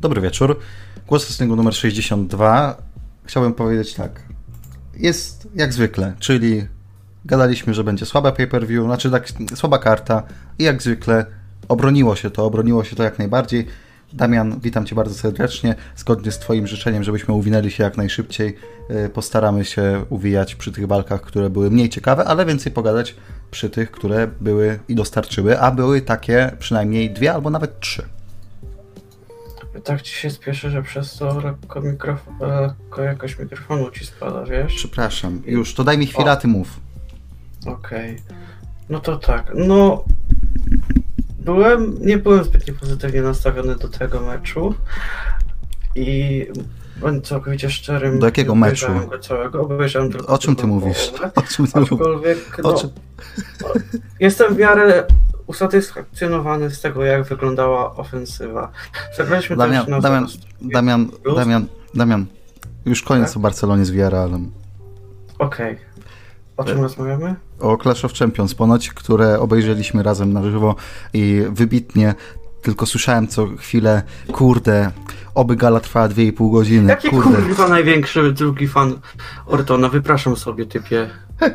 Dobry wieczór. Głos wstępu numer 62. Chciałbym powiedzieć tak. Jest jak zwykle, czyli gadaliśmy, że będzie słaba pay-per-view, znaczy tak słaba karta i jak zwykle obroniło się to jak najbardziej. Damian, witam Cię bardzo serdecznie. Zgodnie z Twoim życzeniem, żebyśmy uwinęli się jak najszybciej, postaramy się uwijać przy tych walkach, które były mniej ciekawe, ale więcej pogadać przy tych, które były i dostarczyły, a były takie przynajmniej 2 albo nawet 3. Tak ci się spieszy, że przez to jakoś mikrofonu ci spada, wiesz? Przepraszam, już, to daj mi chwilę, a Ty mów. Okej. No to tak, nie byłem zbytnio pozytywnie nastawiony do tego meczu i bądź całkowicie szczerym. Do jakiego meczu? Obejrzałem tylko o czym Ty mówisz? Aczkolwiek, jestem w miarę usatysfakcjonowany z tego, jak wyglądała ofensywa. Zagraliśmy Damian, już koniec tak? O Barcelonie z Villarrealem. Okej. O czym rozmawiamy? O Clash of Champions ponoć, które obejrzeliśmy razem na żywo i wybitnie, tylko słyszałem co chwilę, kurde, oby gala trwała 2,5 godziny. Jaki kurwa największy drugi fan Ortona? Wypraszam sobie, typie.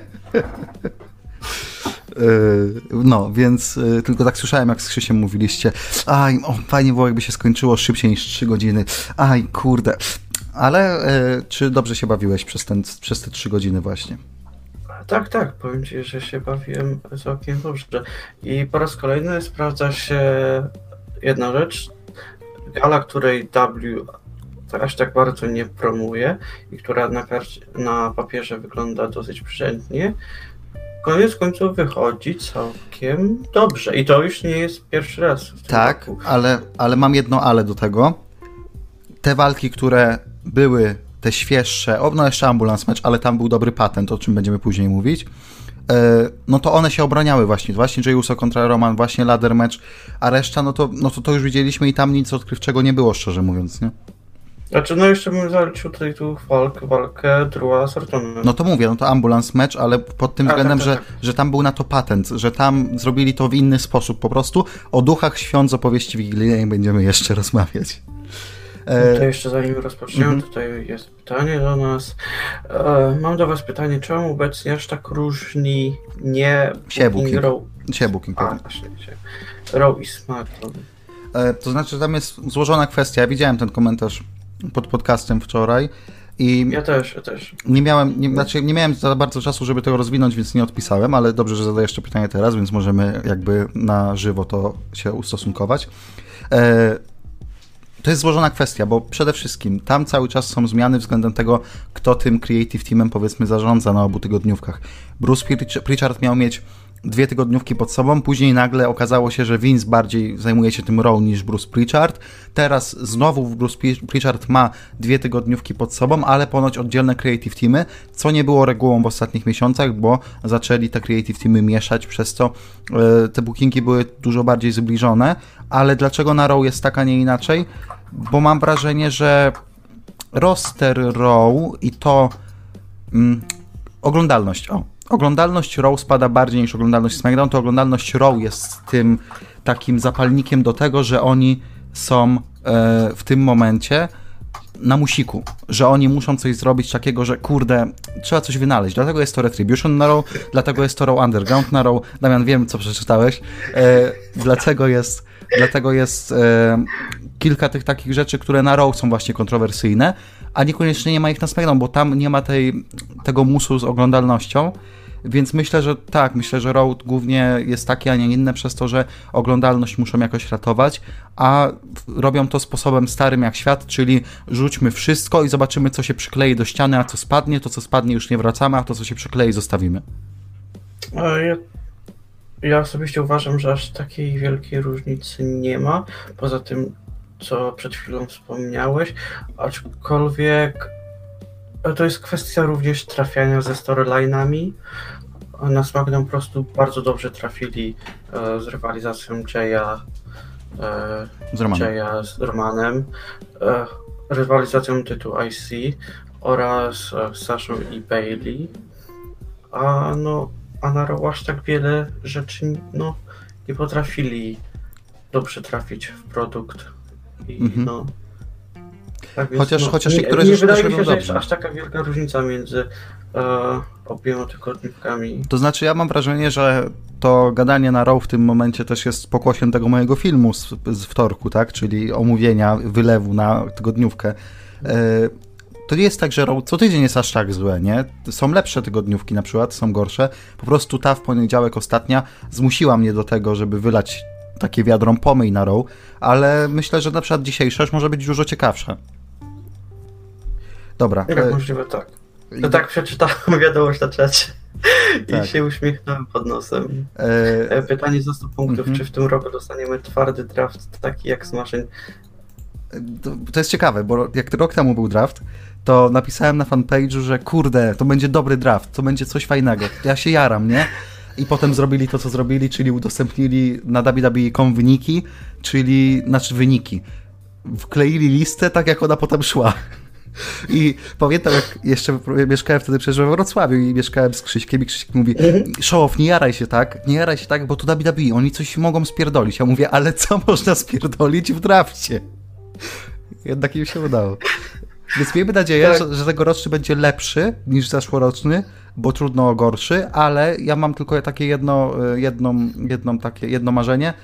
No, więc tylko tak słyszałem, jak z Krzysiem mówiliście, fajnie było, jakby się skończyło szybciej niż 3 godziny, kurde, ale czy dobrze się bawiłeś przez te 3 godziny właśnie? Tak, powiem Ci, że się bawiłem całkiem dobrze i po raz kolejny sprawdza się jedna rzecz, gala, której W aż tak bardzo nie promuje i która na papierze wygląda dosyć przętnie, koniec końców wychodzi całkiem dobrze i to już nie jest pierwszy raz w tym tak, roku. ale mam jedno ale do tego. Te walki, które były te świeższe, jeszcze ambulance match, ale tam był dobry patent, o czym będziemy później mówić, no to one się obraniały właśnie Jey Uso kontra Roman, właśnie ladder match, a reszta, no to już widzieliśmy i tam nic odkrywczego nie było, szczerze mówiąc, nie? Znaczy, jeszcze bym zaliczył tutaj tu walkę Drewa z Ortonem. No to mówię, to ambulance match, ale pod tym względem, że tam był na to patent, że tam zrobili to w inny sposób po prostu. O duchach świąt z opowieści wigilijnej będziemy jeszcze rozmawiać. To jeszcze zanim rozpoczniemy, tutaj jest pytanie do nas. Mam do Was pytanie, czemu obecnie aż tak różni Booking. Raw i SmackDown? To znaczy, tam jest złożona kwestia. Ja widziałem ten komentarz pod podcastem wczoraj i ja też. Nie miałem za bardzo czasu, żeby tego rozwinąć, więc nie odpisałem, ale dobrze, że zadajesz to pytanie teraz, więc możemy jakby na żywo to się ustosunkować. To jest złożona kwestia, bo przede wszystkim tam cały czas są zmiany względem tego, kto tym creative teamem, powiedzmy, zarządza na obu tygodniówkach. Bruce Pritchard miał mieć 2 tygodniówki pod sobą, później nagle okazało się, że Vince bardziej zajmuje się tym Raw niż Bruce Pritchard. Teraz znowu Bruce Pritchard ma 2 tygodniówki pod sobą, ale ponoć oddzielne creative teamy, co nie było regułą w ostatnich miesiącach, bo zaczęli te creative teamy mieszać, przez co te bookingi były dużo bardziej zbliżone, ale dlaczego na Raw jest tak, a nie inaczej? Bo mam wrażenie, że roster Raw i to oglądalność Raw spada bardziej niż oglądalność SmackDown, to oglądalność Raw jest tym takim zapalnikiem do tego, że oni są w tym momencie na musiku, że oni muszą coś zrobić takiego, że kurde, trzeba coś wynaleźć. Dlatego jest to Retribution na Raw, dlatego jest to Raw Underground na Raw. Damian, wiem, co przeczytałeś. Dlatego jest kilka tych takich rzeczy, które na Raw są właśnie kontrowersyjne, a niekoniecznie nie ma ich na SmackDown, bo tam nie ma tego musu z oglądalnością, więc myślę, że Raw głównie jest takie, a nie inne przez to, że oglądalność muszą jakoś ratować, a robią to sposobem starym jak świat, czyli rzućmy wszystko i zobaczymy, co się przyklei do ściany, a co spadnie, to co spadnie już nie wracamy, a to co się przyklei zostawimy. Ja osobiście uważam, że aż takiej wielkiej różnicy nie ma, poza tym, co przed chwilą wspomniałeś, aczkolwiek to jest kwestia również trafiania ze storyline'ami. Na SmackDown po prostu bardzo dobrze trafili z rywalizacją Jaya z Romanem, rywalizacją tytułu IC oraz Saszą i Bayley. A na Raw aż tak wiele rzeczy nie potrafili dobrze trafić w produkt. I Tak, więc Chociaż nie, niektóre nie rzeczy też wydaje mi robią się, że jest dobrze. aż taka wielka różnica między obiema tygodniówkami. To znaczy, ja mam wrażenie, że to gadanie na Raw w tym momencie też jest pokłosiem tego mojego filmu z wtorku, tak? Czyli omówienia wylewu na tygodniówkę. To nie jest tak, że Raw co tydzień jest aż tak złe, nie? Są lepsze tygodniówki na przykład, są gorsze. Po prostu ta w poniedziałek ostatnia zmusiła mnie do tego, żeby wylać takie wiadro pomyj na Raw, ale myślę, że na przykład dzisiejsza już może być dużo ciekawsza. Dobra. Jak możliwe, tak. To tak przeczytałem wiadomość na czacie Tak. i się uśmiechnąłem pod nosem. Pytanie za 100 punktów, czy w tym roku dostaniemy twardy draft taki jak z maszyn? To jest ciekawe, bo jak rok temu był draft, to napisałem na fanpage'u, że kurde, to będzie dobry draft, to będzie coś fajnego. Ja się jaram, nie? I potem zrobili to, co zrobili, czyli udostępnili na www.com wyniki, wyniki. Wkleili listę tak, jak ona potem szła. I pamiętam, jak jeszcze mieszkałem wtedy przecież we Wrocławiu i mieszkałem z Krzyśkiem i Krzyśk mówi: Show, nie jaraj się tak, bo tu WWE, oni coś mogą spierdolić. Ja mówię: ale co można spierdolić w drafcie? Jednak im się udało. Więc miejmy nadzieję, że tegoroczny będzie lepszy niż zeszłoroczny, bo trudno o gorszy, ale ja mam tylko takie jedno marzenie,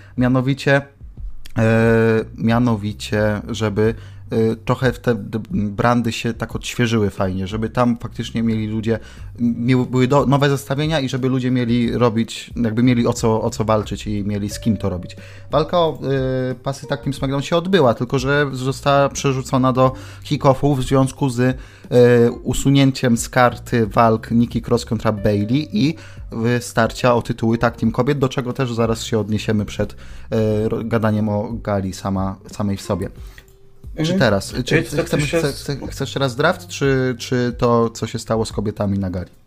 mianowicie, żeby trochę te brandy się tak odświeżyły fajnie, żeby tam faktycznie mieli ludzie, były nowe zestawienia i żeby ludzie mieli robić, jakby mieli o co walczyć i mieli z kim to robić. Walka o pasy tak Team SmackDown się odbyła, tylko że została przerzucona do kick-offów w związku z usunięciem z karty walk Nikki Cross kontra Bayley i starcia o tytuły Tag Team kobiet, do czego też zaraz się odniesiemy przed gadaniem o gali samej w sobie. Czy teraz? Chcesz teraz draft, czy to, co się stało z kobietami na gali?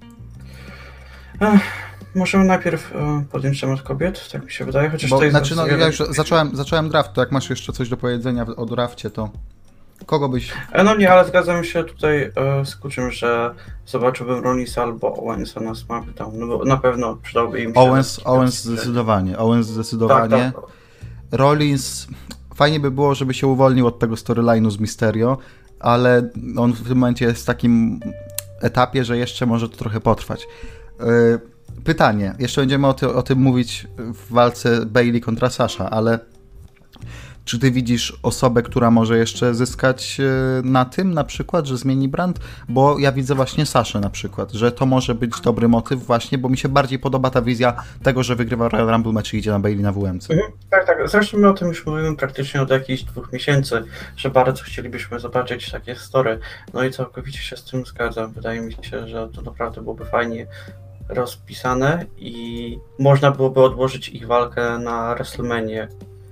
Możemy najpierw podjąć temat kobiet, tak mi się wydaje, chociaż Bo, to jest... ja już zacząłem draft, to jak masz jeszcze coś do powiedzenia o drafcie, to kogo byś... No nie, ale zgadzam się tutaj z Kuczym, że zobaczyłbym Rollinsa albo Owensa na SmackDown, no bo na pewno przydałby im się... Owens zdecydowanie. Tak. Rollins... Fajnie by było, żeby się uwolnił od tego storyline'u z Mysterio, ale on w tym momencie jest w takim etapie, że jeszcze może to trochę potrwać. Pytanie, jeszcze będziemy o tym mówić w walce Bayley kontra Sasha, ale czy ty widzisz osobę, która może jeszcze zyskać na tym na przykład, że zmieni brand? Bo ja widzę właśnie Saszę na przykład, że to może być dobry motyw właśnie, bo mi się bardziej podoba ta wizja tego, że wygrywa Royal Rumble mecz i idzie na Bayley na WMC. Tak. Zresztą my o tym już mówimy praktycznie od jakichś 2 miesięcy, że bardzo chcielibyśmy zobaczyć takie story. No i całkowicie się z tym zgadzam. Wydaje mi się, że to naprawdę byłoby fajnie rozpisane i można byłoby odłożyć ich walkę na WrestleManię.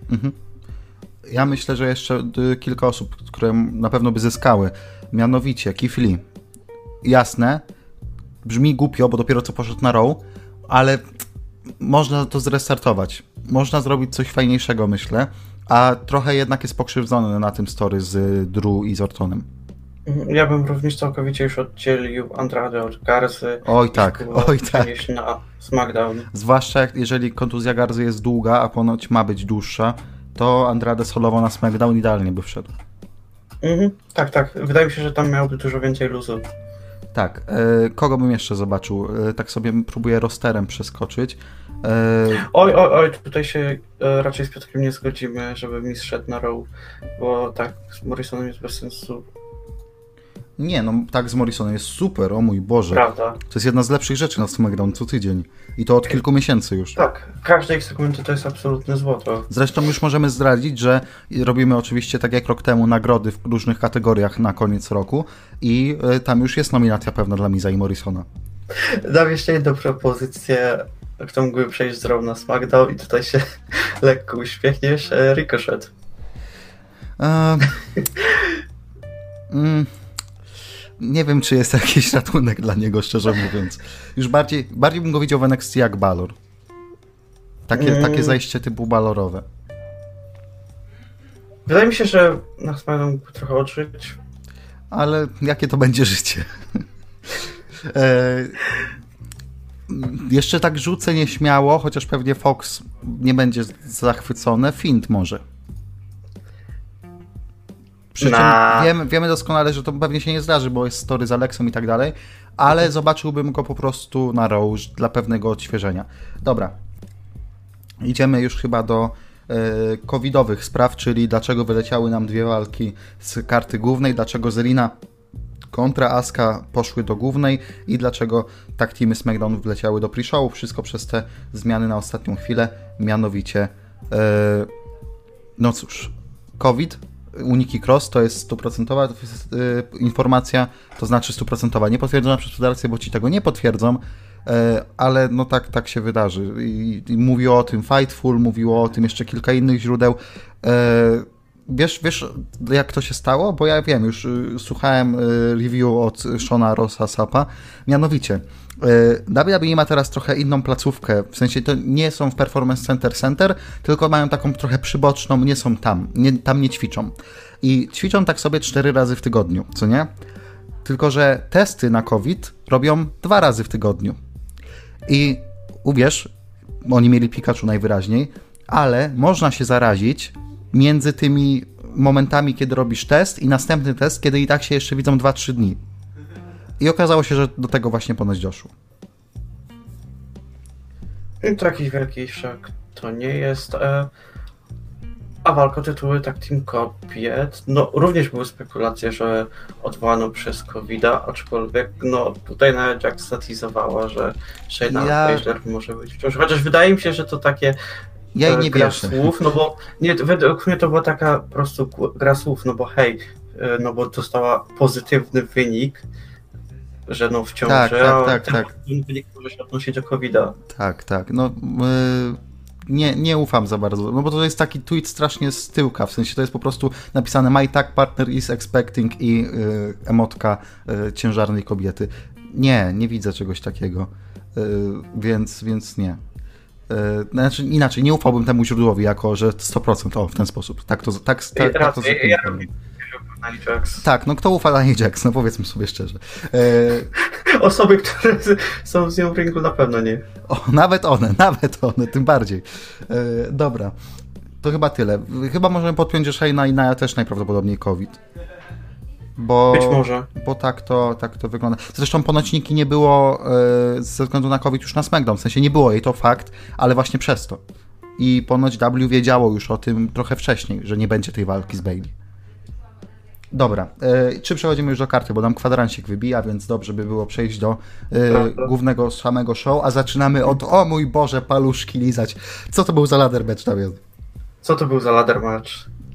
Ja myślę, że jeszcze kilka osób, które na pewno by zyskały. Mianowicie Keith Lee. Jasne, brzmi głupio, bo dopiero co poszedł na Raw, ale można to zrestartować. Można zrobić coś fajniejszego, myślę, a trochę jednak jest pokrzywdzony na tym story z Drew i z Ortonem. Ja bym również całkowicie już oddzielił Andrade od Garzy. Oj tak. Na SmackDown. Zwłaszcza jeżeli kontuzja Garzy jest długa, a ponoć ma być dłuższa, to Andrade solowo na SmackDown idealnie by wszedł. Tak. Wydaje mi się, że tam miałby dużo więcej luzu. Tak. Kogo bym jeszcze zobaczył? Tak sobie próbuję rosterem przeskoczyć. Oj, tutaj się raczej z Piotrkiem nie zgodzimy, żeby Miz szedł na Raw, bo tak, z Morrisonem jest bez sensu. Nie, no tak z Morrisonem jest super, o mój Boże. Prawda. To jest jedna z lepszych rzeczy na SmackDown co tydzień. I to od kilku miesięcy już. Tak, każde ich segmenty to jest absolutne złoto. Zresztą już możemy zdradzić, że robimy oczywiście tak jak rok temu nagrody w różnych kategoriach na koniec roku i tam już jest nominacja pewna dla Miza i Morrisona. Dam jeszcze jedną propozycję, kto mógłby przejść z Raw na SmackDown i tutaj się lekko uśmiechniesz, Ricochet. Nie wiem, czy jest jakiś ratunek dla niego, szczerze mówiąc. Już bardziej bym go widział w NXT jak Balor. Takie zajście typu balorowe. Wydaje mi się, że na SmackDown mógłby trochę odżyć. Ale jakie to będzie życie? Jeszcze tak rzucę nieśmiało, chociaż pewnie Fox nie będzie zachwycony. Fiend może. Przy czym wiemy doskonale, że to pewnie się nie zdarzy, bo jest story z Alexą i tak dalej, ale zobaczyłbym go po prostu na Raw dla pewnego odświeżenia. Dobra. Idziemy już chyba do covidowych spraw, czyli dlaczego wyleciały nam 2 walki z karty głównej, dlaczego Zelina kontra Asuka poszły do głównej i dlaczego tag teamy SmackDown wleciały do pre-show. Wszystko przez te zmiany na ostatnią chwilę, mianowicie no cóż, COVID, Uniki Cross to jest 100% informacja, to znaczy 100% niepotwierdzona przez federację, bo ci tego nie potwierdzą, ale no tak się wydarzy. I mówiło o tym Fightful, mówiło o tym jeszcze kilka innych źródeł. Wiesz, jak to się stało? Bo ja wiem, już słuchałem review od Shona Rossa Sappa. Mianowicie, WWE ma teraz trochę inną placówkę, w sensie to nie są w Performance Center, tylko mają taką trochę przyboczną, nie są tam nie ćwiczą. I ćwiczą tak sobie 4 razy w tygodniu, co nie? Tylko że testy na COVID robią 2 razy w tygodniu. I uwierz, oni mieli Pikachu najwyraźniej, ale można się zarazić między tymi momentami, kiedy robisz test i następny test, kiedy i tak się jeszcze widzą 2-3 dni. I okazało się, że do tego właśnie ponoć doszło. I to jakiś wielki szok to nie jest. A walka o tytuły Tag Team kobiet, no również były spekulacje, że odwołano przez COVID-a, aczkolwiek no tutaj nawet Jack statizowała, że Shayna Baszler może być wciąż. Chociaż wydaje mi się, że to takie nie gra wierzę. Słów, no bo nie, według mnie to była taka po prostu gra słów, no bo hej, no bo dostała pozytywny wynik, że no w ciąży, tak. Wynik może się odnosić do COVID-a. Tak, no nie ufam za bardzo, no bo to jest taki tweet strasznie z tyłka, w sensie to jest po prostu napisane my tag partner is expecting i emotka ciężarnej kobiety. Nie widzę czegoś takiego, więc nie. Znaczy inaczej, nie ufałbym temu źródłowi jako, że 100%, w ten sposób. Tak to tak, no kto ufa Nia Jax, no powiedzmy sobie szczerze. Osoby, które są z nią w ringu na pewno nie. Nawet one, tym bardziej. Dobra, to chyba tyle. Chyba możemy podpiąć, że Shayna i Nia też najprawdopodobniej COVID. Być może. Bo tak to wygląda. Zresztą ponoć Nikki nie było ze względu na COVID już na SmackDown, w sensie nie było jej, to fakt, ale właśnie przez to. I ponoć W wiedziało już o tym trochę wcześniej, że nie będzie tej walki z Bayley. Dobra, czy przechodzimy już do karty, bo nam kwadransik wybija, więc dobrze by było przejść do głównego samego show, a zaczynamy od, o mój Boże, paluszki lizać. Co to był za ladder match, Damian? Co to był za ladder match?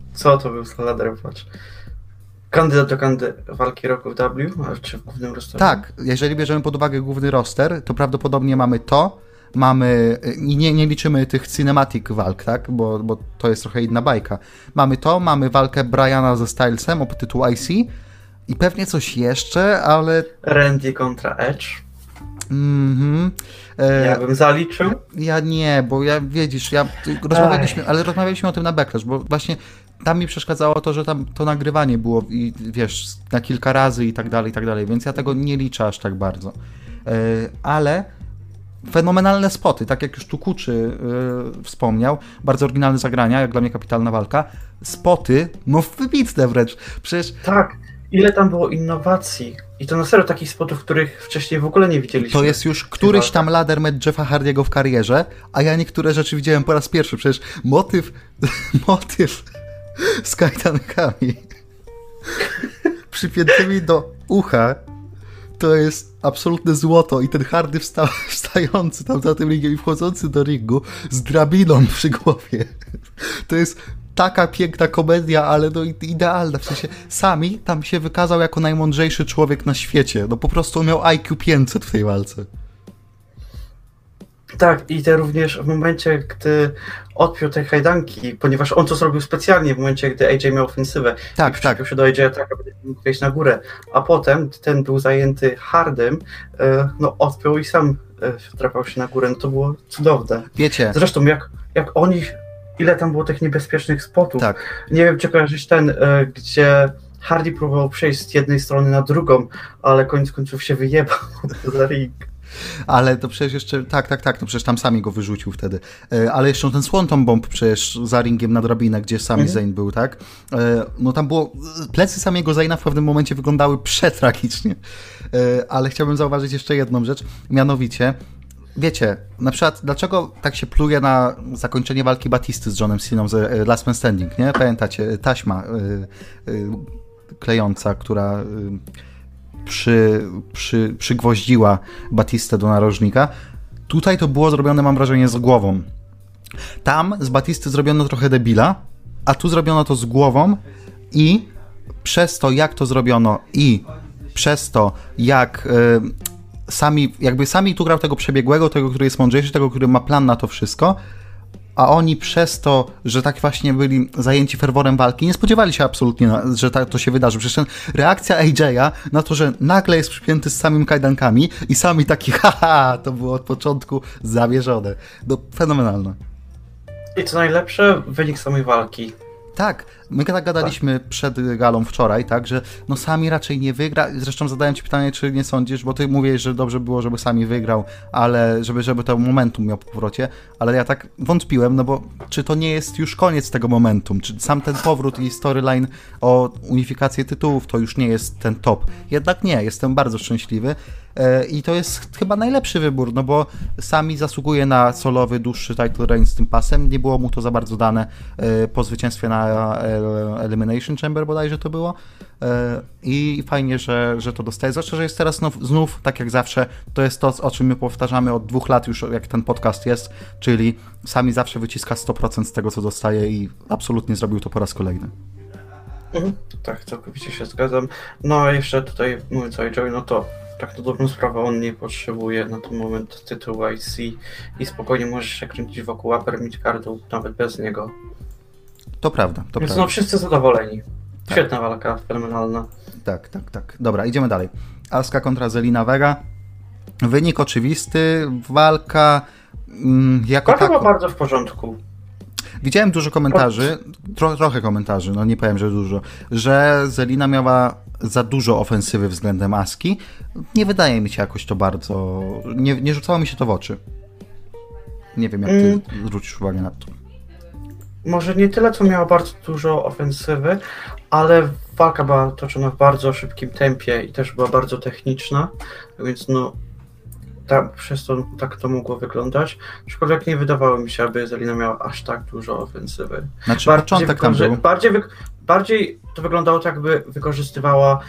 Kandydat do walki roku w W, czy w głównym rosterze? Tak, jeżeli bierzemy pod uwagę główny roster, to prawdopodobnie mamy i nie liczymy tych cinematic walk, tak? Bo to jest trochę inna bajka. Mamy walkę Briana ze Stylesem o tytuł IC i pewnie coś jeszcze, ale... Randy kontra Edge. Ja bym zaliczył. Ja nie, bo rozmawialiśmy o tym na Backlash, bo właśnie tam mi przeszkadzało to, że tam to nagrywanie było i wiesz, na kilka razy i tak dalej, więc ja tego nie liczę aż tak bardzo. Ale fenomenalne spoty, tak jak już tu Kuczy wspomniał, bardzo oryginalne zagrania, jak dla mnie kapitalna walka. Spoty, no wybitne wręcz. Przecież... Tak, ile tam było innowacji. I to na serio takich spotów, których wcześniej w ogóle nie widzieliśmy. To jest już któryś tam ladder match Jeffa Hardiego w karierze, a ja niektóre rzeczy widziałem po raz pierwszy. Przecież motyw z kajdankami przypiętymi do ucha to jest absolutne złoto i ten Hardy wstający tam za tym ringiem i wchodzący do ringu z drabiną przy głowie. To jest taka piękna komedia, ale no idealna. W sensie Sami tam się wykazał jako najmądrzejszy człowiek na świecie. No po prostu miał IQ 500 w tej walce. Tak, i te również w momencie, gdy odpiął te kajdanki, ponieważ on to zrobił specjalnie w momencie, gdy AJ miał ofensywę. Tak. się do AJ tak, aby mógł wejść na górę. A potem ten był zajęty Hardym, odpiął i sam wdrapał się na górę. No to było cudowne. Wiecie. Zresztą jak oni, ile tam było tych niebezpiecznych spotów. Tak. Nie wiem, czy kojarzysz ten, gdzie Hardy próbował przejść z jednej strony na drugą, ale koniec końców się wyjebał za ring. Ale to przecież jeszcze, tak, to przecież tam Sami go wyrzucił wtedy. Ale jeszcze ten Swanton Bomb przecież za ringiem na drabinę, gdzie Sami Zayn był, tak? No tam było, plecy Samiego Zayna w pewnym momencie wyglądały przetragicznie. Ale chciałbym zauważyć jeszcze jedną rzecz, mianowicie, wiecie, na przykład dlaczego tak się pluje na zakończenie walki Batisty z Johnem Ceną z Last Man Standing, nie? Pamiętacie, taśma klejąca, która przygwoździła Batistę do narożnika. Tutaj to było zrobione, mam wrażenie, z głową. Tam z Batisty zrobiono trochę debila, a tu zrobiono to z głową i przez to, jak to zrobiono i przez to, jak Sami tu grał tego przebiegłego, tego, który jest mądrzejszy, tego, który ma plan na to wszystko, a oni przez to, że tak właśnie byli zajęci ferworem walki, nie spodziewali się absolutnie, że to się wydarzy. Przecież reakcja AJ'a na to, że nagle jest przypięty z samym kajdankami i Sami taki haha, to było od początku zamierzone. No, fenomenalne. I co najlepsze, wynik samej walki. Tak, my tak gadaliśmy przed galą wczoraj, tak, że no Sami raczej nie wygra. Zresztą zadałem ci pytanie, czy nie sądzisz, bo ty mówisz, że dobrze było, żeby Sami wygrał, ale żeby to momentum miał po powrocie, ale ja tak wątpiłem, no bo czy to nie jest już koniec tego momentum, czy sam ten powrót i storyline o unifikację tytułów to już nie jest ten top. Jednak nie, jestem bardzo szczęśliwy. I to jest chyba najlepszy wybór, no bo Sami zasługuje na solowy, dłuższy title reign z tym pasem. Nie było mu to za bardzo dane po zwycięstwie na Elimination Chamber bodajże to było. I fajnie, że to dostaje. Zwłaszcza, że jest teraz znów, tak jak zawsze, to jest to, o czym my powtarzamy od 2 lat już, jak ten podcast jest, czyli Sami zawsze wyciska 100% z tego, co dostaje i absolutnie zrobił to po raz kolejny. Tak, całkowicie się zgadzam. No a jeszcze tutaj mówiąc o AJ, no to tak na dobrą sprawę on nie potrzebuje na ten moment tytułu IC i spokojnie możesz się kręcić wokół upper midcardu nawet bez niego. To prawda, to Więc prawda. no wszyscy zadowoleni. Świetna walka, fenomenalna. Tak. Dobra, idziemy dalej. Asuka kontra Zelina Vega. Wynik oczywisty, walka jako Walka była taka. bardzo w porządku. Widziałem dużo komentarzy, trochę komentarzy, no nie powiem, że dużo, że Zelina miała za dużo ofensywy względem Asuki. Nie wydaje mi się jakoś to bardzo... Nie rzucało mi się to w oczy. Nie wiem, jak ty zwrócisz uwagę na to. Może nie tyle, co miała bardzo dużo ofensywy, ale walka była toczona w bardzo szybkim tempie i też była bardzo techniczna, więc no przez to tak to mogło wyglądać. Aczkolwiek nie wydawało mi się, aby Zelina miała aż tak dużo ofensywy. Znaczy początek tam był. Bardziej to wyglądało tak, jakby wykorzystywała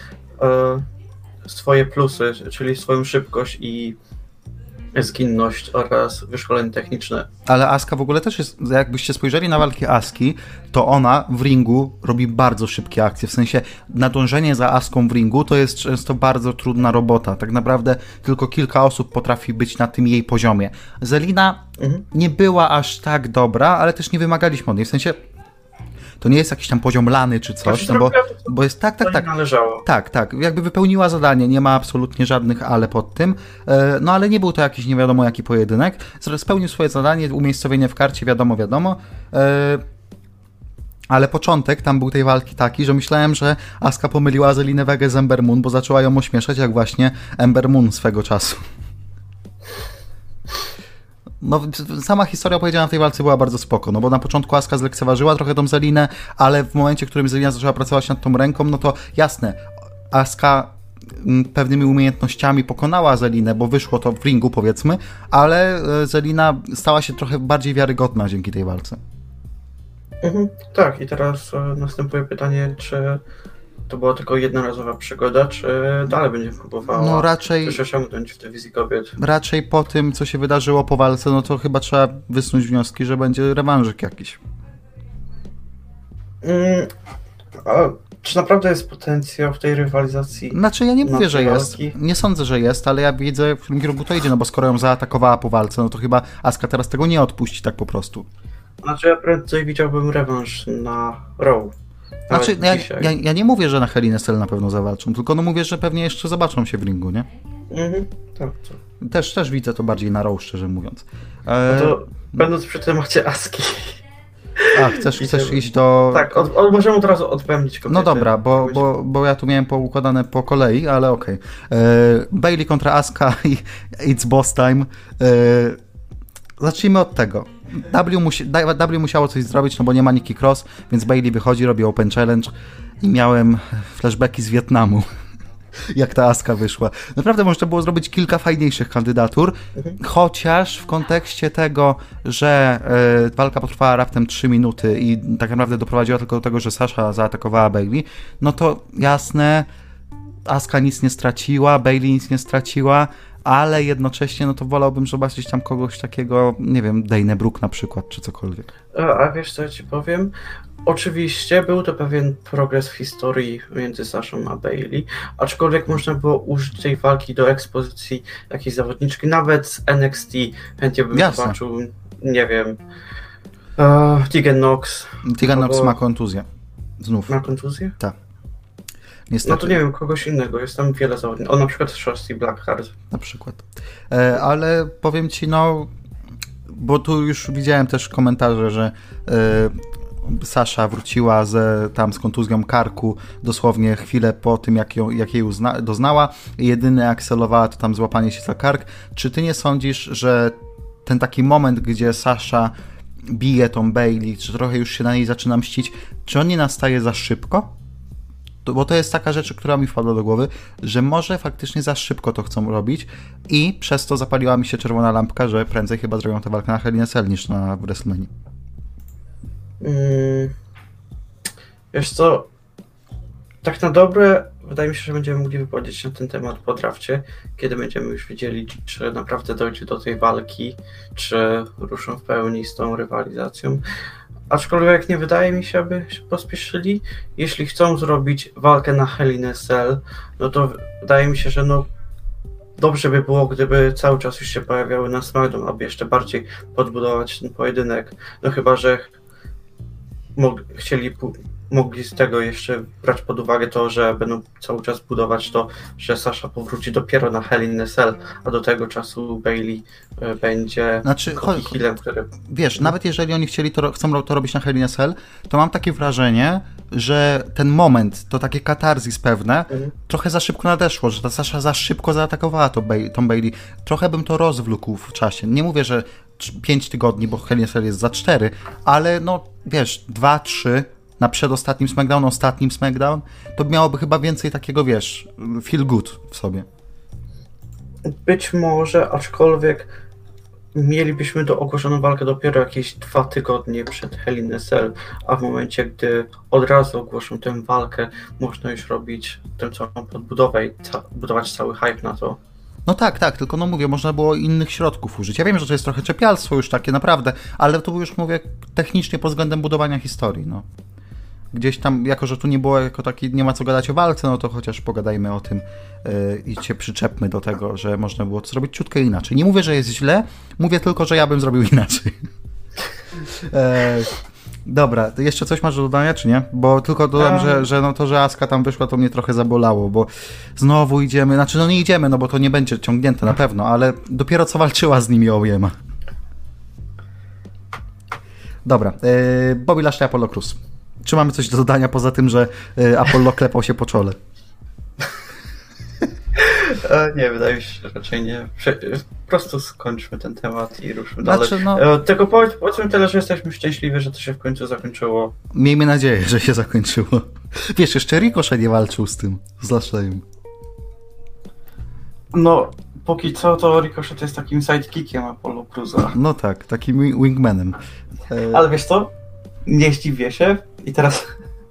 swoje plusy, czyli swoją szybkość i zginność oraz wyszkolenie techniczne. Ale Asuka w ogóle też jest, jakbyście spojrzeli na walki Asuki, to ona w ringu robi bardzo szybkie akcje, w sensie nadążenie za Aską w ringu to jest często bardzo trudna robota, tak naprawdę tylko kilka osób potrafi być na tym jej poziomie. Zelina nie była aż tak dobra, ale też nie wymagaliśmy od niej, w sensie to nie jest jakiś tam poziom lany czy coś, no bo jest tak. Należało. Tak, jakby wypełniła zadanie, nie ma absolutnie żadnych ale pod tym, no ale nie był to jakiś nie wiadomo jaki pojedynek, spełnił swoje zadanie, umiejscowienie w karcie, wiadomo, ale początek tam był tej walki taki, że myślałem, że Asuka pomyliła Zelinę Vegę z Ember Moon, bo zaczęła ją ośmieszać jak właśnie Ember Moon swego czasu. No, sama historia opowiedziana w tej walce była bardzo spoko, no bo na początku Asuka zlekceważyła trochę tą Zelinę, ale w momencie, w którym Zelina zaczęła pracować nad tą ręką, no to jasne, Asuka pewnymi umiejętnościami pokonała Zelinę, bo wyszło to w ringu, powiedzmy, ale Zelina stała się trochę bardziej wiarygodna dzięki tej walce. Tak, i teraz następuje pytanie, czy to była tylko jednorazowa przygoda, czy dalej będzie próbowała no raczej coś osiągnąć w dywizji kobiet? Raczej po tym, co się wydarzyło po walce, no to chyba trzeba wysnuć wnioski, że będzie rewanżyk jakiś. A czy naprawdę jest potencjał w tej rywalizacji? Znaczy ja nie mówię, że jest. Nie sądzę, że jest, ale ja widzę, w którym kierunku to idzie, no bo skoro ją zaatakowała po walce, no to chyba Asuka teraz tego nie odpuści tak po prostu. Znaczy ja prędzej widziałbym rewanż na Raw. Znaczy ja nie mówię, że na Hell in a Cell na pewno zawalczą, tylko no mówię, że pewnie jeszcze zobaczą się w ringu, nie? Tak. Też widzę to bardziej na Raw, szczerze mówiąc. No to będąc przy temacie Asuki. A, chcesz iść do... Tak, możemy od razu odpędzić kobietę. No dobra, bo ja tu miałem poukładane po kolei, ale okej. Bayley kontra Asuka i It's Boss Time. Zacznijmy od tego. W musiało coś zrobić, no bo nie ma Nikki Cross, więc Bayley wychodzi, robi Open Challenge i miałem flashbacki z Wietnamu. Jak ta Asuka wyszła. Naprawdę można było zrobić kilka fajniejszych kandydatur, chociaż w kontekście tego, że walka potrwała raptem 3 minuty i tak naprawdę doprowadziła tylko do tego, że Sasha zaatakowała Bayley, no to jasne, Asuka nic nie straciła, Bayley nic nie straciła, ale jednocześnie no to wolałbym zobaczyć tam kogoś takiego, nie wiem, Dana Brooke na przykład, czy cokolwiek. A wiesz co ja ci powiem? Oczywiście był to pewien progres w historii między Saszą a Bayley, aczkolwiek można było użyć tej walki do ekspozycji jakiejś zawodniczki, nawet z NXT chętnie bym zobaczył, nie wiem, Tegan Nox. Tegan Nox ma kontuzję. Znów. Ma kontuzję? Tak. Niestety. No to nie wiem, kogoś innego, jest tam wiele zawodników, na przykład Shotzi Blackheart. Na przykład. Ale powiem ci, no, bo tu już widziałem też komentarze, że Sasha wróciła z kontuzją karku dosłownie chwilę po tym, jak jej doznała. Jedyne akcelowała to tam złapanie się za kark. Czy ty nie sądzisz, że ten taki moment, gdzie Sasha bije tą Bayley, czy trochę już się na niej zaczyna mścić, czy on nie nastaje za szybko? Bo to jest taka rzecz, która mi wpadła do głowy, że może faktycznie za szybko to chcą robić i przez to zapaliła mi się czerwona lampka, że prędzej chyba zrobią tę walkę na Hell in a Cell niż na WrestleMania. Wiesz co, tak na dobre wydaje mi się, że będziemy mogli wypowiedzieć na ten temat po drafcie, kiedy będziemy już wiedzieli, czy naprawdę dojdzie do tej walki, czy ruszą w pełni z tą rywalizacją. Aczkolwiek nie wydaje mi się, aby się pospieszyli. Jeśli chcą zrobić walkę na Hell in a Cell, no to wydaje mi się, że no dobrze by było, gdyby cały czas już się pojawiały na SmackDown, aby jeszcze bardziej podbudować ten pojedynek. No chyba, że mogli z tego jeszcze brać pod uwagę to, że będą cały czas budować to, że Sasha powróci dopiero na Hell in a Cell, a do tego czasu Bayley będzie healem, który... Wiesz, nawet jeżeli oni chcą to robić na Hell in a Cell, to mam takie wrażenie, że ten moment, to takie katarzis pewne, trochę za szybko nadeszło, że ta Sasha za szybko zaatakowała tą Bayley. Trochę bym to rozwlókł w czasie. Nie mówię, że 5 tygodni, bo Hell in a Cell jest za 4, ale no, wiesz, 2-3 na przedostatnim SmackDown, ostatnim SmackDown, to miałoby chyba więcej takiego, wiesz, feel good w sobie. Być może, aczkolwiek mielibyśmy do ogłoszoną walkę dopiero jakieś 2 tygodnie przed Hell in a Cell, a w momencie, gdy od razu ogłoszą tę walkę, można już robić tę całą podbudowę i budować cały hype na to. No tak, tylko no mówię, można było innych środków użyć. Ja wiem, że to jest trochę czepialstwo już takie naprawdę, ale to już mówię technicznie pod względem budowania historii, no. Gdzieś tam, jako że tu nie było jako taki, nie ma co gadać o walce, no to chociaż pogadajmy o tym i się przyczepmy do tego, że można było to zrobić ciutkę inaczej. Nie mówię, że jest źle, mówię tylko, że ja bym zrobił inaczej. Dobra, to jeszcze coś masz do dodania, czy nie? Bo tylko dodam, że no to, że Asuka tam wyszła, to mnie trochę zabolało, bo znowu idziemy, znaczy no nie idziemy, no bo to nie będzie ciągnięte na pewno, ale dopiero co walczyła z nimi obiema. Dobra, Bobby Lashley, Apollo Crews. Czy mamy coś do dodania poza tym, że Apollo klepał się po czole? Nie, wydaje mi się, że raczej nie. Po prostu skończmy ten temat i ruszmy dalej. No... Tylko powiedzmy tyle, że jesteśmy szczęśliwi, że to się w końcu zakończyło. Miejmy nadzieję, że się zakończyło. Wiesz, jeszcze Ricochet nie walczył z tym, z Lashleyem. No, póki co to Ricochet jest takim sidekickiem Apollo Crewsa. No tak, takim wingmanem. Ale wiesz co? Nie zdziwię się i teraz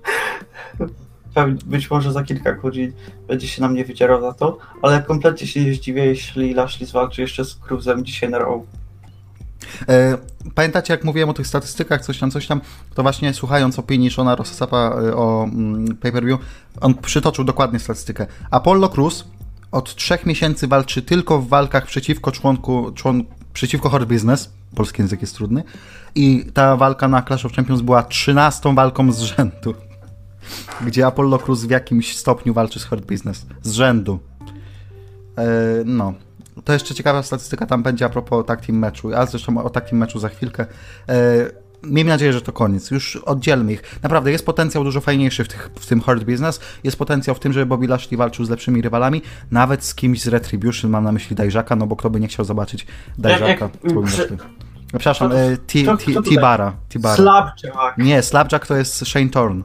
być może za kilka godzin będzie się na mnie wycierał za to, ale kompletnie się nie zdziwię, jeśli Lashley zwalczy jeszcze z Crewsem dzisiaj na Raw. Pamiętacie, jak mówiłem o tych statystykach, coś tam, to właśnie słuchając opinii Shona Rossapa o pay-per-view, on przytoczył dokładnie statystykę. Apollo Crews od 3 miesięcy walczy tylko w walkach przeciwko przeciwko Hurt Business, polski język jest trudny, i ta walka na Clash of Champions była 13. walką z rzędu, gdzie Apollo Crews w jakimś stopniu walczy z Hurt Business. Z rzędu. No. To jeszcze ciekawa statystyka tam będzie a propos tag team meczu, ale zresztą o tag team meczu za chwilkę. miejmy nadzieję, że to koniec. Już oddzielmy ich. Naprawdę, jest potencjał dużo fajniejszy w tym Hurt Business. Jest potencjał w tym, żeby Bobby Lashley walczył z lepszymi rywalami, nawet z kimś z Retribution, mam na myśli Dijaka, no bo kto by nie chciał zobaczyć Dijaka. Przepraszam, T-Bara. Slapjack. Nie, Slapjack to jest Shane Thorne.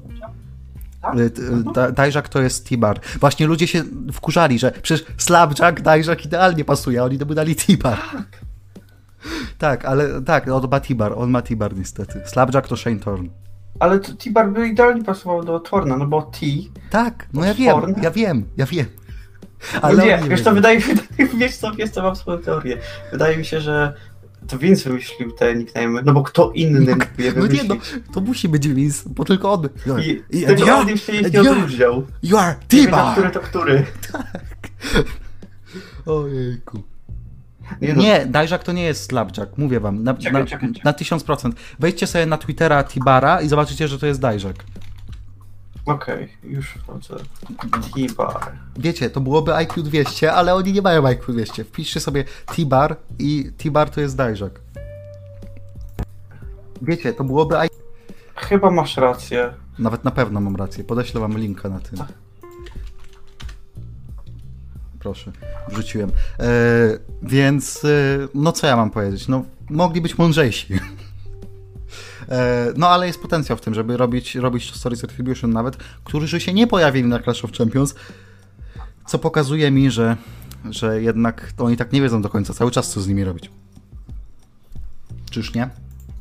Dijak to jest T-Bar. Właśnie ludzie się wkurzali, że przecież Slapjack, Dijak idealnie pasuje, a oni to by dali T-Bar. Tak, ale tak, on ma T-Bar niestety. Slapjack to Shane Thorne. Ale T-Bar by idealnie pasował do Thorna, no bo T... Tak, no ja wiem. Ale no nie, wiesz co, wiesz co, mam swoją teorię. Wydaje mi się, że to Vince wymyślił te nickname'y, no bo kto inny mógłby je wymyślić? No nie, to musi być Vince, bo tylko on. I tego on się nie odróżniał. You are T-Bar! Który to który? Tak. Ojejku. Nie, Dijak to nie jest Slapjack, mówię wam, na 1000%. Wejdźcie sobie na Twittera T-Bara i zobaczycie, że to jest Dijak. Okej, już wchodzę. T-Bar. Wiecie, to byłoby IQ 200, ale oni nie mają IQ 200. Wpiszcie sobie T-Bar i T-Bar to jest Dijak. Wiecie, to byłoby IQ... Chyba masz rację. Nawet na pewno mam rację, podeślę wam linka na tym. Proszę, wrzuciłem. Więc, no co ja mam powiedzieć? No, mogli być mądrzejsi. No, ale jest potencjał w tym, żeby robić Stories Retribution nawet, którzy się nie pojawili na Clash of Champions, co pokazuje mi, że jednak oni tak nie wiedzą do końca cały czas, co z nimi robić. Czyż nie?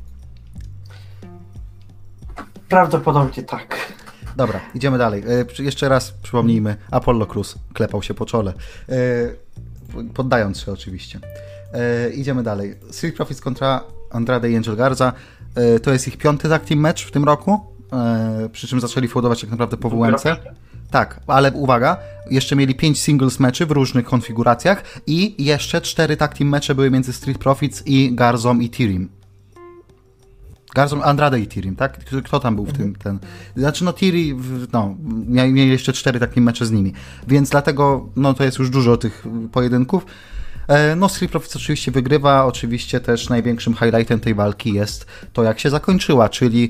Prawdopodobnie tak. Dobra, idziemy dalej. Jeszcze raz przypomnijmy, Apollo Crews klepał się po czole. Poddając się oczywiście. Idziemy dalej. Street Profits kontra Andrade i Angel Garza. To jest ich 5. tag team match w tym roku. Przy czym zaczęli feudować tak naprawdę po WMC. Tak, ale uwaga, jeszcze mieli 5 singles meczy w różnych konfiguracjach i jeszcze 4 tag team mecze były między Street Profits i Garzą i Tyrim. Andrade i Tyrim, tak? Kto tam był w tym? Znaczy, no Tyri, mieli jeszcze 4 takie mecze z nimi. Więc dlatego, no to jest już dużo tych pojedynków. No Street Profits oczywiście wygrywa, oczywiście też największym highlightem tej walki jest to, jak się zakończyła, czyli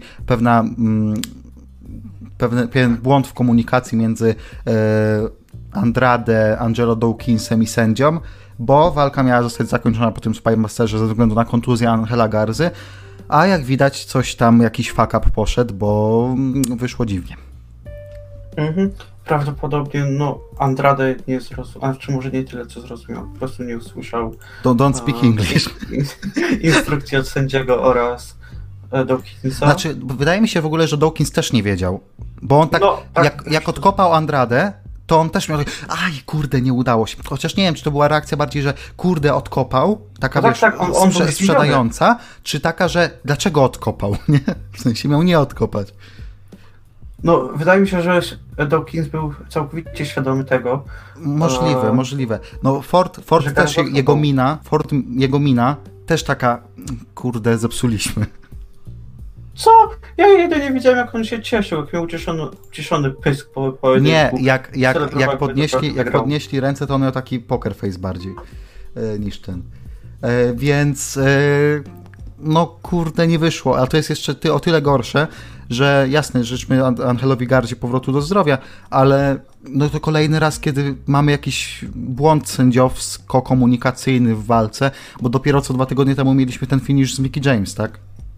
pewien błąd w komunikacji między Andrade, Angelo Dawkinsem i sędzią, bo walka miała zostać zakończona po tym Spymasterze ze względu na kontuzję Angela Garzy, a jak widać coś tam, jakiś fuck up poszedł, bo wyszło dziwnie. Prawdopodobnie, no, Andrade nie zrozumiał, czy może nie tyle, co zrozumiał, po prostu nie usłyszał Don't speak English. Instrukcji od sędziego oraz Dawkinsa. Znaczy, wydaje mi się w ogóle, że Dawkins też nie wiedział, bo on tak, jak odkopał Andrade, to on też miał aj, kurde, nie udało się. Chociaż nie wiem, czy to była reakcja bardziej, że kurde, odkopał, taka no tak, on sprzedająca, czy taka, że dlaczego odkopał, nie? W sensie miał nie odkopać. No, wydaje mi się, że Dawkins był całkowicie świadomy tego. Możliwe. No, Ford też, jego mina też taka, kurde, zepsuliśmy. Co? Ja jedynie widziałem, jak on się cieszył, jak miał ucieszony pysk po pojedynku. Nie, jak podnieśli ręce, to on miał taki poker face bardziej niż ten. Więc no kurde, nie wyszło, a to jest jeszcze o tyle gorsze, że jasne, życzmy Angelowi Gardzie powrotu do zdrowia, ale no to kolejny raz, kiedy mamy jakiś błąd sędziowsko-komunikacyjny w walce, bo dopiero co 2 tygodnie temu mieliśmy ten finish z Mickie James, tak?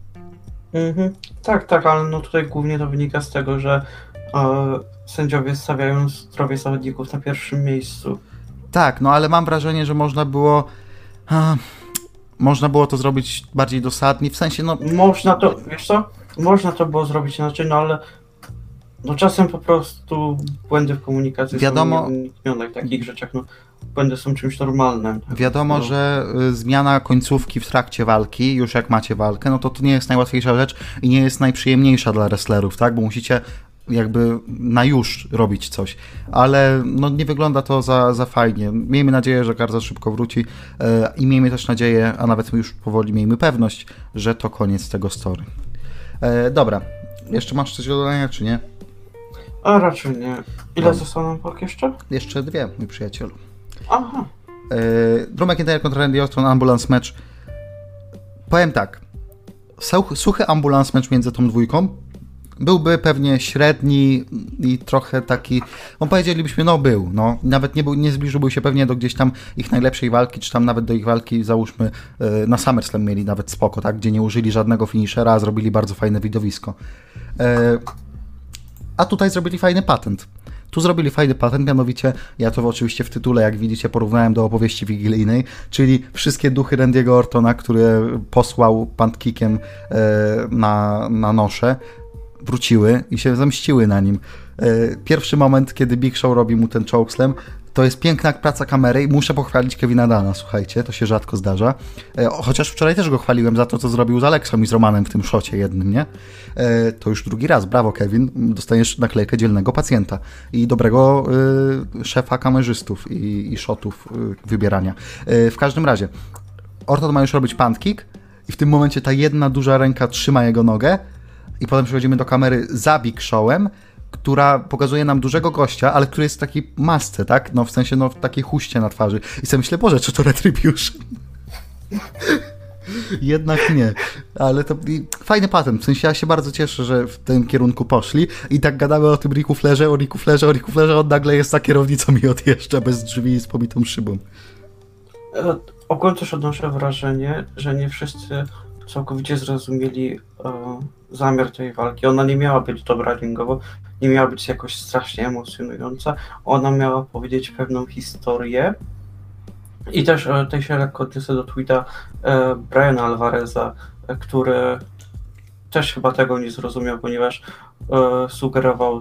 Tak, ale no tutaj głównie to wynika z tego, że sędziowie stawiają zdrowie zawodników na pierwszym miejscu. Tak, no ale mam wrażenie, że można było to zrobić bardziej dosadnie, w sensie no... Można to było zrobić inaczej, no ale no czasem po prostu błędy w komunikacji są nieuniknione w takich rzeczach, no błędy są czymś normalnym. Wiadomo, że zmiana końcówki w trakcie walki, już jak macie walkę, no to nie jest najłatwiejsza rzecz i nie jest najprzyjemniejsza dla wrestlerów, tak, bo musicie jakby na już robić coś, ale no nie wygląda to za fajnie. Miejmy nadzieję, że Garza szybko wróci i miejmy też nadzieję, a nawet już powoli miejmy pewność, że to koniec tego story. Dobra, jeszcze masz coś do dodania, czy nie? A raczej nie. Ile zostało nam walk jeszcze? Jeszcze 2, mój przyjacielu. Aha. Drew McIntyre kontra Randy Orton, Ambulance Match. Powiem tak, suchy ambulans mecz między tą dwójką byłby pewnie średni i trochę taki, no powiedzielibyśmy, no był, no nawet nie zbliżyłby się pewnie do gdzieś tam ich najlepszej walki, czy tam nawet do ich walki, załóżmy, na SummerSlam mieli nawet spoko, tak, gdzie nie użyli żadnego finishera, a zrobili bardzo fajne widowisko. A tutaj zrobili fajny patent. Tu zrobili fajny patent, mianowicie, ja to oczywiście w tytule, jak widzicie, porównałem do opowieści wigilijnej, czyli wszystkie duchy Randy'ego Ortona, które posłał pantkickiem na noszę, wróciły i się zemściły na nim. Pierwszy moment, kiedy Big Show robi mu ten chokeslam, to jest piękna praca kamery i muszę pochwalić Kevina Dana, słuchajcie, to się rzadko zdarza. Chociaż wczoraj też go chwaliłem za to, co zrobił z Aleksą i z Romanem w tym szocie jednym, nie? To już drugi raz, brawo Kevin, dostaniesz naklejkę dzielnego pacjenta i dobrego szefa kamerzystów i shotów wybierania. W każdym razie, Orton ma już robić puntkick i w tym momencie ta jedna duża ręka trzyma jego nogę i potem przechodzimy do kamery za Big Showem, która pokazuje nam dużego gościa, ale który jest w takiej masce, tak? No w sensie, no w takiej huście na twarzy. I sobie myślę, Boże, czy to Retribution? Jednak nie. Ale to fajny patent. W sensie ja się bardzo cieszę, że w tym kierunku poszli i tak gadamy o tym Ricku Flairze, o Ricku Flairze, on nagle jest za kierownicą i odjeżdża bez drzwi i z pobitą szybą. Ogólnie też odnoszę wrażenie, że nie wszyscy całkowicie zrozumieli zamiar tej walki. Ona nie miała być dobra ringowo, nie miała być jakoś strasznie emocjonująca. Ona miała powiedzieć pewną historię. I też tutaj się lekko odniosę do tweeta Briana Alvareza, który też chyba tego nie zrozumiał, ponieważ sugerował,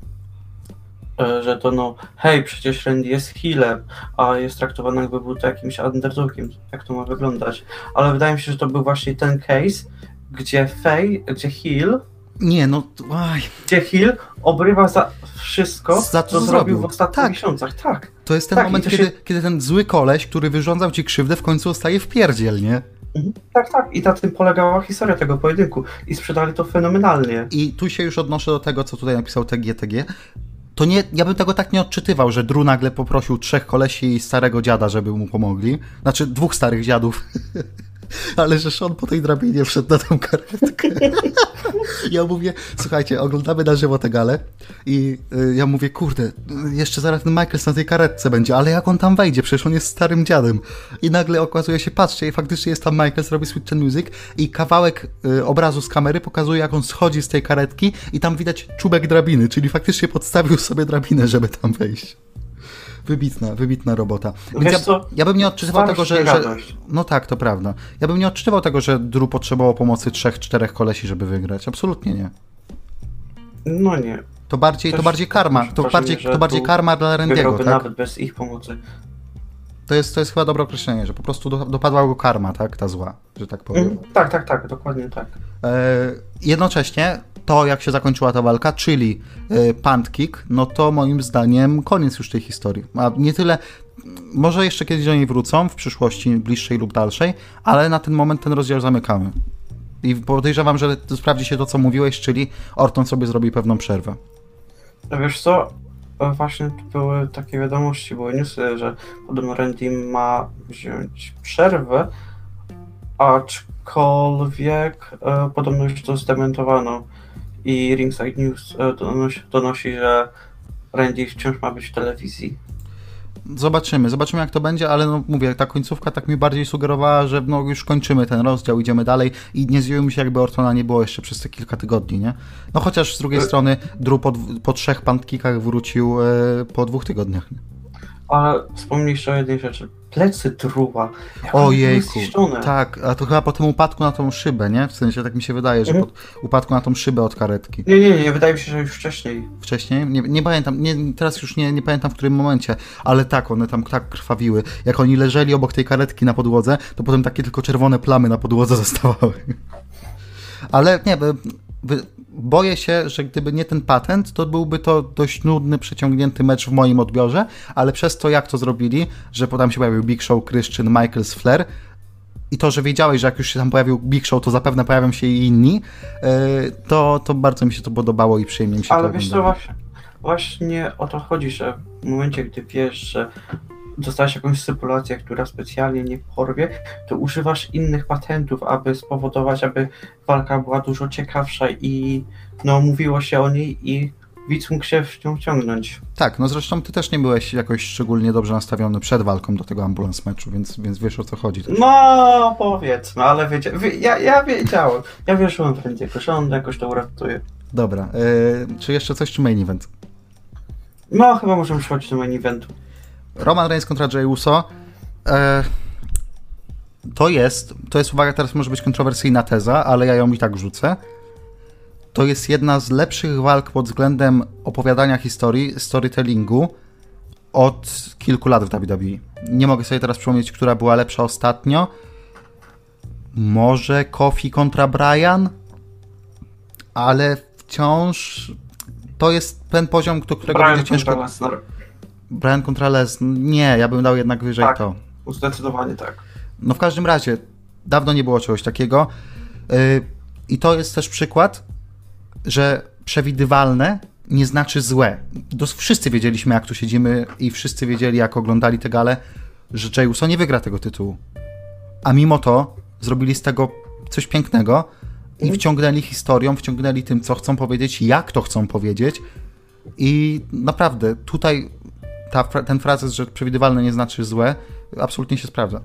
że to no, hej, przecież Randy jest healem, a jest traktowany jakby był to jakimś underdogiem, jak to ma wyglądać. Ale wydaje mi się, że to był właśnie ten case, gdzie heel nie, no, gdzie heel obrywa za wszystko, za to, co zrobił w ostatnich miesiącach. Tak. To jest ten moment, kiedy ten zły koleś, który wyrządzał ci krzywdę, w końcu zostaje w pierdziel, nie? Tak. I na tym polegała historia tego pojedynku. I sprzedali to fenomenalnie. I tu się już odnoszę do tego, co tutaj napisał TGTG. To nie, ja bym tego tak nie odczytywał, że Drew nagle poprosił 3 kolesi i starego dziada, żeby mu pomogli. Znaczy 2 starych dziadów. Ale że Sean po tej drabinie wszedł na tę karetkę. Ja mówię, słuchajcie, oglądamy na żywo tę galę i ja mówię, kurde, jeszcze zaraz ten Michaels na tej karetce będzie, ale jak on tam wejdzie? Przecież on jest starym dziadem. I nagle okazuje się, patrzcie, i faktycznie jest tam Michaels, robi Switch and Music i kawałek obrazu z kamery pokazuje, jak on schodzi z tej karetki i tam widać czubek drabiny, czyli faktycznie podstawił sobie drabinę, żeby tam wejść. Wybitna robota. Więc ja bym nie odczytywał tego, że... No tak, to prawda. Ja bym nie odczytywał tego, że Drew potrzebował pomocy 3-4 kolesi, żeby wygrać. Absolutnie nie. No nie. To bardziej karma. To bardziej karma dla Randy'ego, tak? Nawet bez ich pomocy. To jest chyba dobre określenie, że po prostu dopadła go karma, tak? Ta zła, że tak powiem. Tak, dokładnie tak. Jednocześnie to, jak się zakończyła ta walka, czyli puntkick, no to moim zdaniem koniec już tej historii. A nie tyle, może jeszcze kiedyś do niej wrócą, w przyszłości bliższej lub dalszej, ale na ten moment ten rozdział zamykamy. I podejrzewam, że sprawdzi się to, co mówiłeś, czyli Orton sobie zrobi pewną przerwę. Wiesz co? Właśnie były takie wiadomości, były newsy, że podobno Randy ma wziąć przerwę, aczkolwiek podobno już to zdementowano i Ringside News donosi, że Randy wciąż ma być w telewizji. Zobaczymy jak to będzie, ale no mówię, ta końcówka tak mi bardziej sugerowała, że no już kończymy ten rozdział, idziemy dalej i nie zdziwiło mi się, jakby Ortona nie było jeszcze przez te kilka tygodni, nie? No chociaż z drugiej strony Drew po 3 puntkickach wrócił po 2 tygodniach. Nie? Ale wspomnij jeszcze o jednej rzeczy. Plecy Drewa. Ojejku, tak, a to chyba po tym upadku na tą szybę, nie? W sensie tak mi się wydaje, że po upadku na tą szybę od karetki. Nie, wydaje mi się, że już wcześniej. Wcześniej? Nie pamiętam, teraz już nie pamiętam w którym momencie, ale tak, one tam tak krwawiły. Jak oni leżeli obok tej karetki na podłodze, to potem takie tylko czerwone plamy na podłodze zostawały. Ale nie, boję się, że gdyby nie ten patent, to byłby to dość nudny, przeciągnięty mecz w moim odbiorze, ale przez to, jak to zrobili, że potem się pojawił Big Show, Christian, Michaels, Flair i to, że wiedziałeś, że jak już się tam pojawił Big Show, to zapewne pojawią się i inni, to bardzo mi się to podobało i przyjemnie mi się to oglądało. Ale wiesz co, właśnie o to chodzi, że w momencie, gdy wiesz, że dostałeś jakąś stypulację, która specjalnie nie porwie, to używasz innych patentów, aby spowodować, aby walka była dużo ciekawsza i no mówiło się o niej i widz mógł się w nią wciągnąć. Tak, no zresztą ty też nie byłeś jakoś szczególnie dobrze nastawiony przed walką do tego ambulance meczu, więc wiesz o co chodzi. Też. No powiedzmy, ale ja wiedziałem, ja wierzyłem w Randy'ego, że on jakoś to uratuje. Dobra, czy jeszcze coś, czy main event? No chyba możemy przechodzić do main eventu. Roman Reigns kontra Jey Uso. To jest, uwaga, teraz może być kontrowersyjna teza, ale ja ją i tak rzucę. To jest jedna z lepszych walk pod względem opowiadania historii, storytellingu od kilku lat w WWE. Nie mogę sobie teraz przypomnieć, która była lepsza ostatnio. Może Kofi kontra Bryan? Ale wciąż to jest ten poziom, do którego Bryan będzie ciężko... kontra Lesnar. Bryan kontra Lesnar. Nie, ja bym dał jednak wyżej Tak. to. Zdecydowanie tak. No w każdym razie, dawno nie było czegoś takiego. I to jest też przykład, że przewidywalne nie znaczy złe. Wszyscy wiedzieliśmy, jak tu siedzimy i wszyscy wiedzieli, jak oglądali te gale, że Jey Uso nie wygra tego tytułu. A mimo to zrobili z tego coś pięknego i wciągnęli historią, wciągnęli tym, co chcą powiedzieć, jak to chcą powiedzieć. I naprawdę tutaj ten frazes, że przewidywalne nie znaczy złe, absolutnie się sprawdza.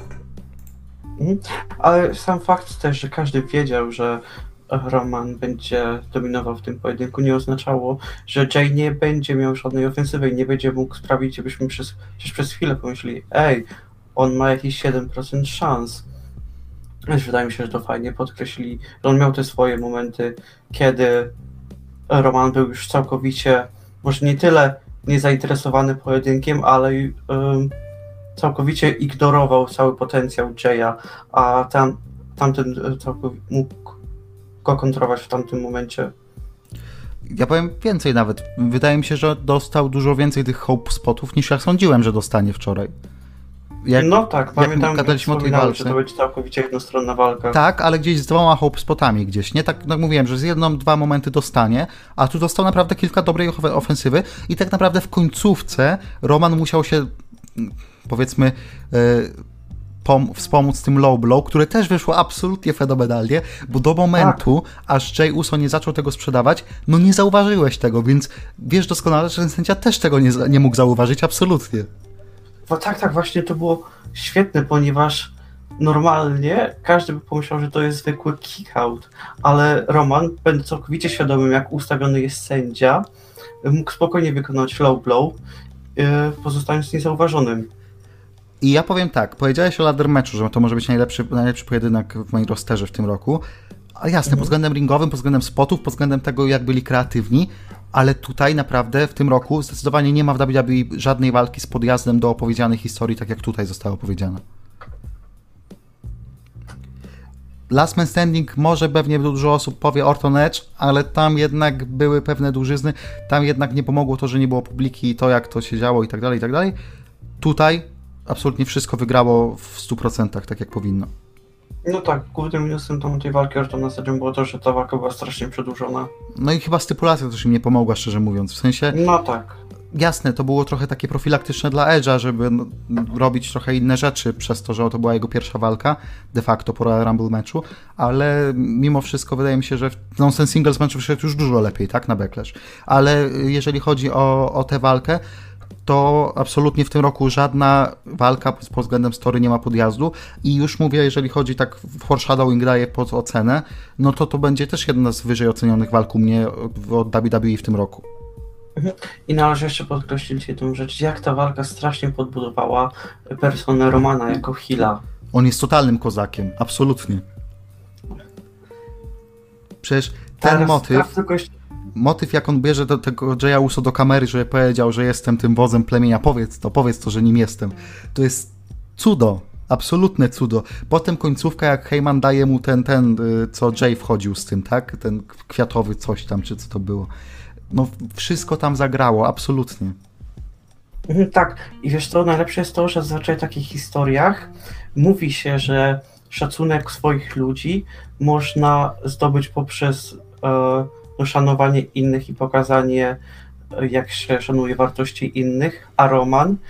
Ale sam fakt też, że każdy wiedział, że Roman będzie dominował w tym pojedynku, nie oznaczało, że Jay nie będzie miał żadnej ofensywy i nie będzie mógł sprawić, żebyśmy przez chwilę pomyśleli, on ma jakieś 7% szans. Więc wydaje mi się, że to fajnie podkreślili, że on miał te swoje momenty, kiedy Roman był już całkowicie, może nie tyle niezainteresowany pojedynkiem, ale całkowicie ignorował cały potencjał Jaya, a tamten całkowicie mógł go kontrolować w tamtym momencie. Ja powiem więcej nawet. Wydaje mi się, że dostał dużo więcej tych hope spotów niż ja sądziłem, że dostanie wczoraj. No tak, pamiętam, gadaliśmy o tej walce, że to będzie całkowicie jednostronna walka. Tak, ale gdzieś z 2 hope spotami gdzieś, nie? Tak jak mówiłem, że z 1-2 momenty dostanie, a tu dostał naprawdę kilka dobrej ofensywy i tak naprawdę w końcówce Roman musiał się, powiedzmy, wspomóc tym low blow, które też wyszło absolutnie fenomenalnie, bo do momentu, aż Jey Uso nie zaczął tego sprzedawać, no nie zauważyłeś tego, więc wiesz doskonale, że ten sędzia też tego nie mógł zauważyć, absolutnie. No tak, właśnie to było świetne, ponieważ normalnie każdy by pomyślał, że to jest zwykły kick-out, ale Roman, będąc całkowicie świadomym, jak ustawiony jest sędzia, mógł spokojnie wykonać low blow, pozostając niezauważonym. I ja powiem tak, powiedziałeś o ladder meczu, że to może być najlepszy pojedynek w moim rosterze w tym roku. A jasne, pod względem ringowym, pod względem spotów, pod względem tego, jak byli kreatywni, ale tutaj naprawdę w tym roku zdecydowanie nie ma w WWE żadnej walki z podjazdem do opowiedzianej historii, tak jak tutaj została opowiedziana. Last Man Standing może pewnie dużo osób powie Orton Edge, ale tam jednak były pewne dłużyzny, tam jednak nie pomogło to, że nie było publiki i to, jak to się działo i tak dalej, i tak dalej. Tutaj absolutnie wszystko wygrało w 100%, tak jak powinno. No tak, głównym minusem tej walki Ortona z Edge'em było to, że ta walka była strasznie przedłużona. No i chyba stypulacja też im nie pomogła, szczerze mówiąc. W sensie, no tak. Jasne, to było trochę takie profilaktyczne dla Edge'a, żeby robić trochę inne rzeczy przez to, że to była jego pierwsza walka de facto po Royal Rumble meczu, ale mimo wszystko wydaje mi się, że ten singles mecz wyszedł już dużo lepiej, tak, na Backlash. Ale jeżeli chodzi o tę walkę, to absolutnie w tym roku żadna walka pod względem story nie ma podjazdu i już mówię, jeżeli chodzi tak foreshadowing daje pod ocenę, no to będzie też jedna z wyżej ocenionych walk u mnie od WWE w tym roku. I należy jeszcze podkreślić jedną rzecz, jak ta walka strasznie podbudowała personę Romana jako heala. On jest totalnym kozakiem, absolutnie. Przecież ten motyw jak on bierze do tego Jaya Uso do kamery, że powiedział, że jestem tym wodzem plemienia, powiedz to, że nim jestem. To jest cudo, absolutne cudo. Potem końcówka, jak Heyman daje mu ten co Jay wchodził z tym, tak? Ten kwiatowy coś tam, czy co to było. No wszystko tam zagrało, absolutnie. Tak, i wiesz co, najlepsze jest to, że zazwyczaj w takich historiach mówi się, że szacunek swoich ludzi można zdobyć poprzez szanowanie innych i pokazanie, jak się szanuje wartości innych, a Roman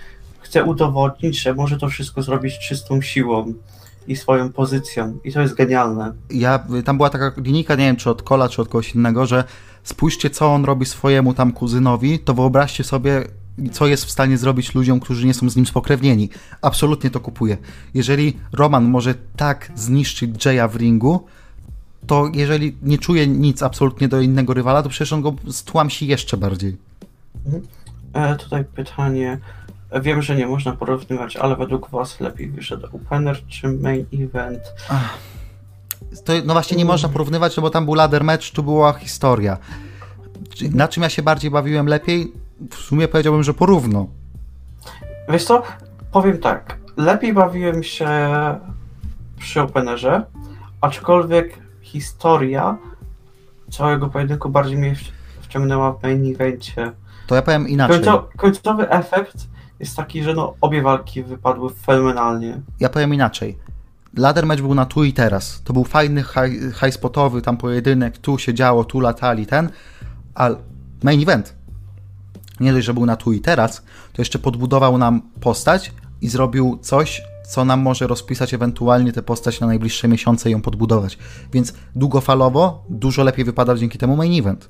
chce udowodnić, że może to wszystko zrobić czystą siłą i swoją pozycją. I to jest genialne. Tam była taka linijka, nie wiem, czy od Cola, czy od kogoś innego, że spójrzcie, co on robi swojemu tam kuzynowi, to wyobraźcie sobie, co jest w stanie zrobić ludziom, którzy nie są z nim spokrewnieni. Absolutnie to kupuję. Jeżeli Roman może tak zniszczyć Jaya w ringu, to jeżeli nie czuje nic absolutnie do innego rywala, to przecież on go stłamsi jeszcze bardziej. Tutaj pytanie. Wiem, że nie można porównywać, ale według was lepiej wyszedł opener czy main event? No właśnie nie można porównywać, no bo tam był ladder match, tu była historia. Na czym ja się bardziej bawiłem lepiej? W sumie powiedziałbym, że porówno. Wiesz co? Powiem tak. Lepiej bawiłem się przy openerze, aczkolwiek historia całego pojedynku bardziej mnie wciągnęła w main evencie. To ja powiem inaczej. Końcowy efekt jest taki, że obie walki wypadły fenomenalnie. Ja powiem inaczej. Ladder match był na tu i teraz. To był fajny, high spotowy tam pojedynek, tu się działo, tu latali ale main event, nie dość, że był na tu i teraz, to jeszcze podbudował nam postać i zrobił coś, co nam może rozpisać ewentualnie tę postać na najbliższe miesiące i ją podbudować. Więc długofalowo dużo lepiej wypadał dzięki temu main event.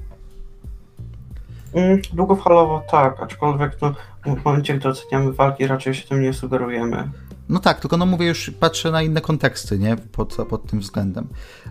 Długofalowo tak, aczkolwiek w momencie, gdy oceniamy walki, raczej się tym nie sugerujemy. No tak, tylko mówię, już patrzę na inne konteksty, nie? Pod tym względem.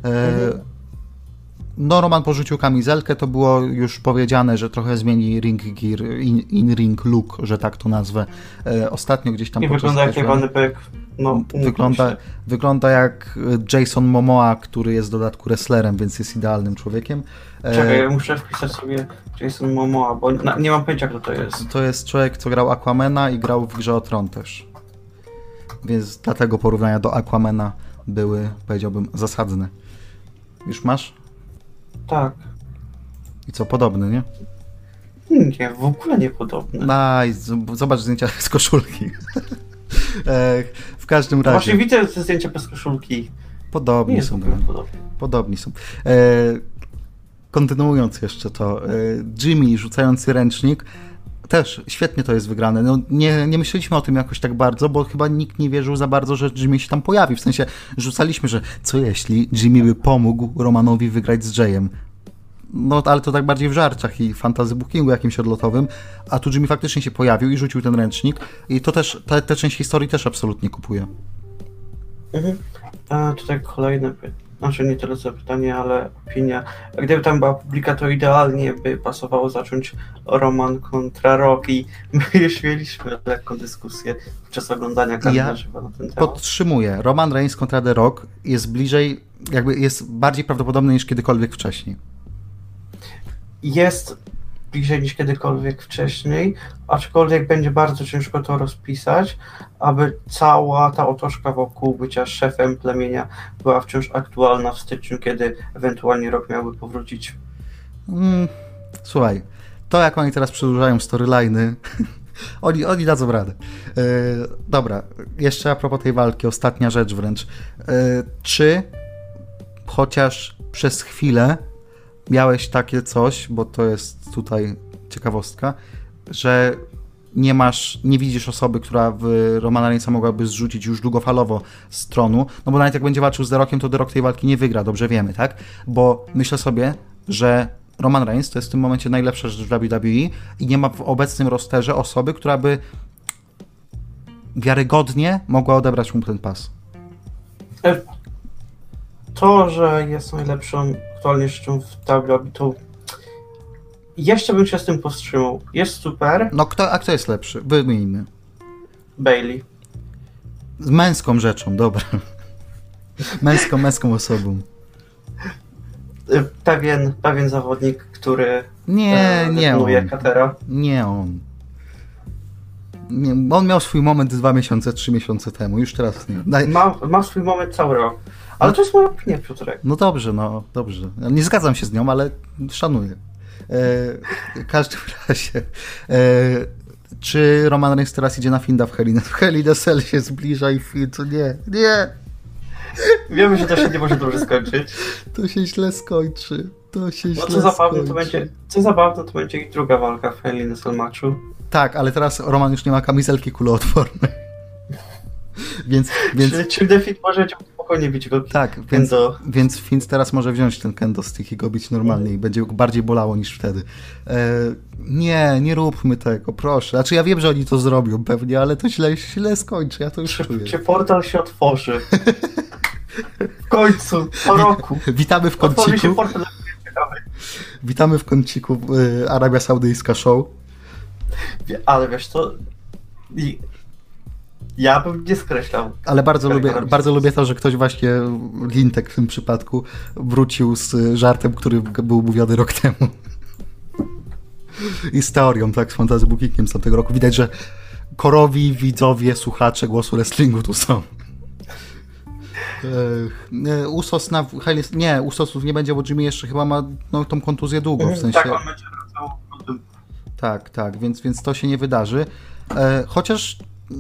Roman porzucił kamizelkę, to było już powiedziane, że trochę zmieni ring gear, in-ring look, że tak to nazwę. Ostatnio gdzieś tam... I wygląda jak jebany byk. Wygląda jak Jason Momoa, który jest w dodatku wrestlerem, więc jest idealnym człowiekiem. Czekaj, ja muszę wpisać sobie Jason Momoa, bo nie mam pojęcia, kto to jest. To jest człowiek, co grał Aquamana i grał w Grze o Tron też. Więc dlatego porównania do Aquamana były, powiedziałbym, zasadne. Już masz? Tak. I co, podobny, nie? Nie, w ogóle nie podobny. Zobacz zdjęcia z koszulki. W każdym razie... Właśnie widzę te zdjęcia bez koszulki. Podobni są. Podobni są. Kontynuując jeszcze to, Jimmy rzucający ręcznik, też świetnie to jest wygrane. Nie myśleliśmy o tym jakoś tak bardzo, bo chyba nikt nie wierzył za bardzo, że Jimmy się tam pojawi. W sensie rzucaliśmy, że co jeśli Jimmy by pomógł Romanowi wygrać z Jayem. Ale to tak bardziej w żarciach i fantasy bookingu jakimś odlotowym, a tu Jimmy faktycznie się pojawił i rzucił ten ręcznik i to też, tę część historii też absolutnie kupuję. A tutaj kolejne pytanie, nie tyle co pytanie, ale opinia. Gdyby tam była publika, to idealnie by pasowało zacząć Roman kontra Rocky. My już mieliśmy lekką dyskusję podczas oglądania kalendarza na ten temat. Podtrzymuję. Roman Reigns kontra The Rock jest bliżej, jest bardziej prawdopodobny niż kiedykolwiek wcześniej. Jest bliżej niż kiedykolwiek wcześniej, aczkolwiek będzie bardzo ciężko to rozpisać, aby cała ta otoczka wokół bycia szefem plemienia była wciąż aktualna w styczniu, kiedy ewentualnie Rock miałby powrócić. Słuchaj, to jak oni teraz przedłużają storyline'y, oni dadzą radę. Dobra, jeszcze a propos tej walki, ostatnia rzecz wręcz. Czy chociaż przez chwilę miałeś takie coś, bo to jest tutaj ciekawostka, że nie widzisz osoby, która w Romana Reignsa mogłaby zrzucić już długofalowo z tronu, no bo nawet jak będzie walczył z The Rockiem, to The Rock tej walki nie wygra, dobrze wiemy, tak? Bo myślę sobie, że Roman Reigns to jest w tym momencie najlepsza rzecz w WWE i nie ma w obecnym rosterze osoby, która by wiarygodnie mogła odebrać mu ten pas. To, że jest najlepszą aktualnie rzeczą w WWE, to jeszcze bym się z tym powstrzymał. Jest super. No kto jest lepszy? Wymieńmy. Bayley. Z męską rzeczą, dobra. Męską osobą. Pewien zawodnik, który nie on. Katera. Nie on. Nie, on miał swój moment 2 miesiące, 3 miesiące temu, już teraz nie. Ma swój moment cały rok. Ale to jest moja opinia, Piotrek. No dobrze. Nie zgadzam się z nią, ale szanuję. W każdym razie, czy Roman Reigns teraz idzie na Finda w Hell in a Cell się zbliża i Find, to nie. Wiemy, że to się nie może dobrze skończyć. To się źle skończy. Co zabawne, to będzie i druga walka w Hell in a Cell matchu. Tak, ale teraz Roman już nie ma kamizelki kuloodpornej. więc Czy Defit może spokojnie bić go tak, kendo. więc Finc teraz może wziąć ten kendo stick i go bić normalnie i będzie bardziej bolało niż wtedy. Nie róbmy tego, proszę. Znaczy ja wiem, że oni to zrobią pewnie, ale to źle skończy, ja to już czuję. Czy portal się otworzy? W końcu, po roku. Witamy w Otworzy kąciku. się portal. Witamy w kąciku Arabia Saudyjska Show. Ale wiesz co? Ja bym nie skreślał. Ale bardzo lubię to, że ktoś właśnie, Lintek w tym przypadku, wrócił z żartem, który był mówiony rok temu. I z teorią, tak, z fantasy bookingiem z tamtego roku. Widać, że korowi widzowie, słuchacze głosu wrestlingu tu są. Usos Usosów nie będzie, bo Jimmy jeszcze chyba ma tą kontuzję długo, w sensie... Tak, on będzie wracał. Tak, więc to się nie wydarzy. Chociaż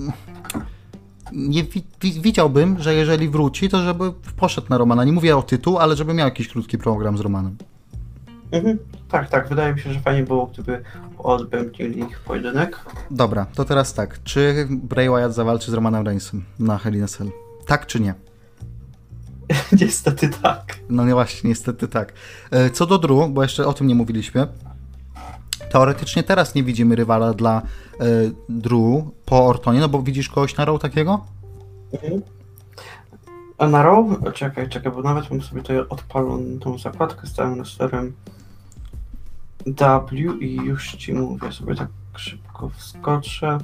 nie widziałbym, że jeżeli wróci, to żeby poszedł na Romana. Nie mówię o tytuł, ale żeby miał jakiś krótki program z Romanem. Tak, wydaje mi się, że fajnie było, gdyby odbębnili ich pojedynek. Dobra, to teraz tak. Czy Bray Wyatt zawalczy z Romanem Reignsem na Hell in a Cell? Tak czy nie? Niestety tak. No nie właśnie, niestety tak. Co do Drew, bo jeszcze o tym nie mówiliśmy, teoretycznie teraz nie widzimy rywala dla Drew po Ortonie, no bo widzisz kogoś na Raw takiego? A na Raw? Czekaj, bo nawet mam sobie tutaj odpaloną tą zakładkę z całym rosterem W i już ci mówię, sobie tak szybko wskoczę.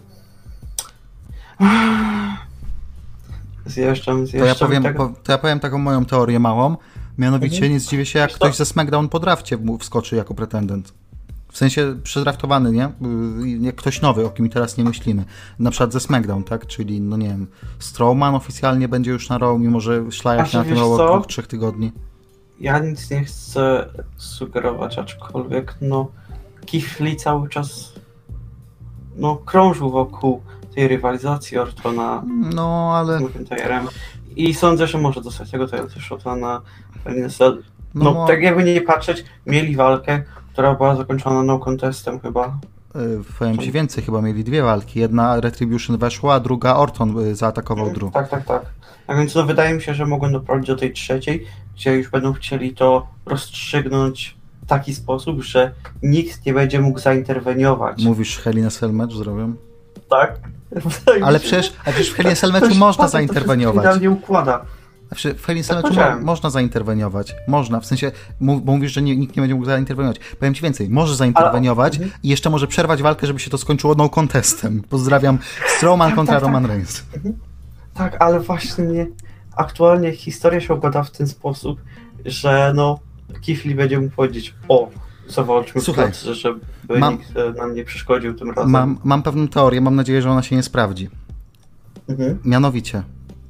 Zjeżdżam. To ja powiem taką moją teorię małą, mianowicie nie zdziwię się, jak ktoś ze SmackDown po drafcie wskoczy jako pretendent. W sensie przedraftowany, nie? Ktoś nowy, o kim teraz nie myślimy. Na przykład ze SmackDown, tak? Czyli, no nie wiem, Strowman oficjalnie będzie już na Raw, mimo że szlajak się na tym Raw od 2-3 tygodni. Ja nic nie chcę sugerować, aczkolwiek Keith Lee cały czas krążył wokół tej rywalizacji Ortona z McIntyrem i sądzę, że może dostać tego shota na NSL. Tak jakby nie patrzeć, mieli walkę, która była zakończona no contestem chyba. Powiem ci więcej, chyba mieli 2 walki. Jedna Retribution weszła, a druga Orton zaatakował Drew. Tak. A więc wydaje mi się, że mogą doprowadzić do tej trzeciej, gdzie już będą chcieli to rozstrzygnąć w taki sposób, że nikt nie będzie mógł zainterweniować. Mówisz Hell in a Cell match zrobią? Tak. Ale przecież w Hell in a Cell matchu można zainterweniować. To się nie układa. W Hell in a Cell matchu można zainterweniować. Można, w sensie, bo mówisz, że nikt nie będzie mógł zainterweniować. Powiem ci więcej, może zainterweniować i jeszcze może przerwać walkę, żeby się to skończyło no contestem. Pozdrawiam, Strowman kontra Roman Reigns. Tak, ale właśnie aktualnie historia się układa w ten sposób, że Keith Lee będzie mógł powiedzieć, zawalczmy w pracy, żeby nikt nam nie przeszkodził tym razem. Mam pewną teorię, mam nadzieję, że ona się nie sprawdzi. Mianowicie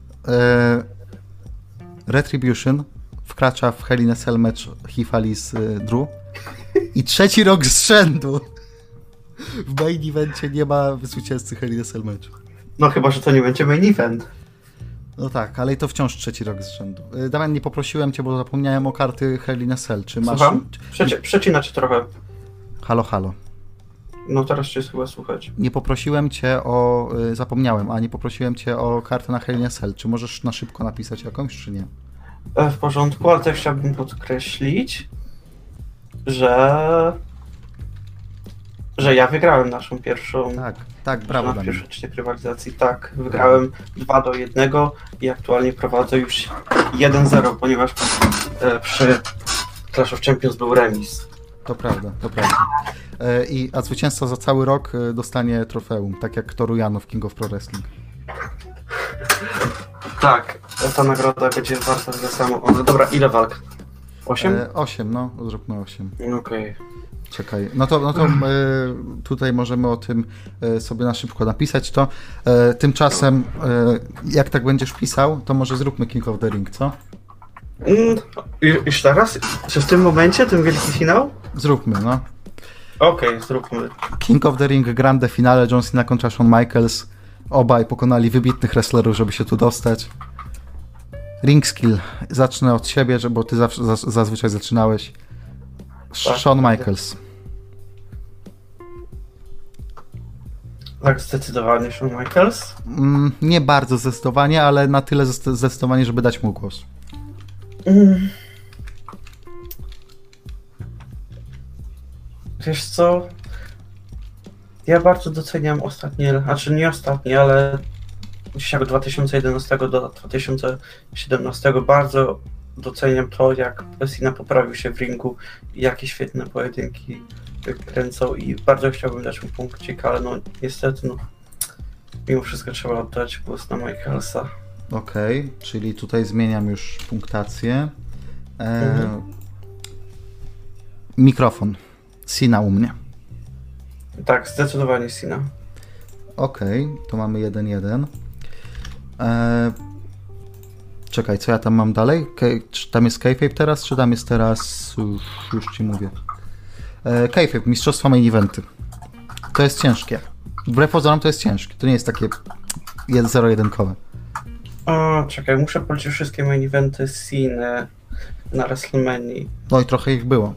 Retribution wkracza w Hell in a Cell match Heath Lee z Drew i 3. rok z rzędu w main evencie nie ma zwycięzcy Hell in a Cell match. Chyba, że to nie będzie main event. No tak, ale i to wciąż 3. rok z rzędu. Damian, nie poprosiłem cię, bo zapomniałem o karty Hell in a Cell. Czy masz... Słucham? Przecina cię trochę. Halo. Teraz cię chyba słuchać. Nie poprosiłem cię o... Zapomniałem, nie poprosiłem cię o kartę na Hell in a Cell. Czy możesz na szybko napisać jakąś, czy nie? W porządku, ale też chciałbym podkreślić, że ja wygrałem naszą pierwszą... Tak, brawo. Na pierwszej odcinek rywalizacji, tak. Wygrałem 2-1 i aktualnie prowadzę już 1-0, ponieważ przy Clash of Champions był remis. To prawda. A zwycięzca za cały rok dostanie trofeum, tak jak Toru Yano w King of Pro Wrestling. Tak, ta nagroda będzie warta za samą. Dobra, ile walk? 8? 8, zróbmy 8. Okej. Czekaj, no to tutaj możemy o tym sobie na szybko napisać to. Tymczasem, jak tak będziesz pisał, to może zróbmy King of the Ring, co? Już teraz? Czy w tym momencie, ten wielki finał? Zróbmy, Okej, zróbmy. King of the Ring, grande finale, John Cena kontra Shawn Michaels. Obaj pokonali wybitnych wrestlerów, żeby się tu dostać. Ring skill. Zacznę od siebie, bo ty zazwyczaj zaczynałeś. Shawn Michaels. Tak, zdecydowanie Shawn Michaels. Nie bardzo zdecydowanie, ale na tyle zdecydowanie, żeby dać mu głos. Mm. Wiesz co? Ja bardzo doceniam ostatnie, znaczy nie ostatnie, ale gdzieś jak od 2011 do 2017 bardzo doceniam to, jak Cena poprawił się w ringu i jakie świetne pojedynki kręcą i bardzo chciałbym dać mu punkcik, ale no niestety no, mimo wszystko trzeba oddać głos na Michaelsa. Okej, czyli tutaj zmieniam już punktację. Mikrofon. Cena u mnie. Tak, zdecydowanie Cena. Okej, to mamy 1-1. Czekaj, co ja tam mam dalej? Czy tam jest kayfabe teraz, czy tam jest teraz... Już ci mówię. Kayfabe, mistrzostwa main eventy. To jest ciężkie. Wbrew pozorom to jest ciężkie. To nie jest takie 0-1-kowe. O, czekaj, muszę policzyć wszystkie main eventy Cena na WrestleMania. No i trochę ich było.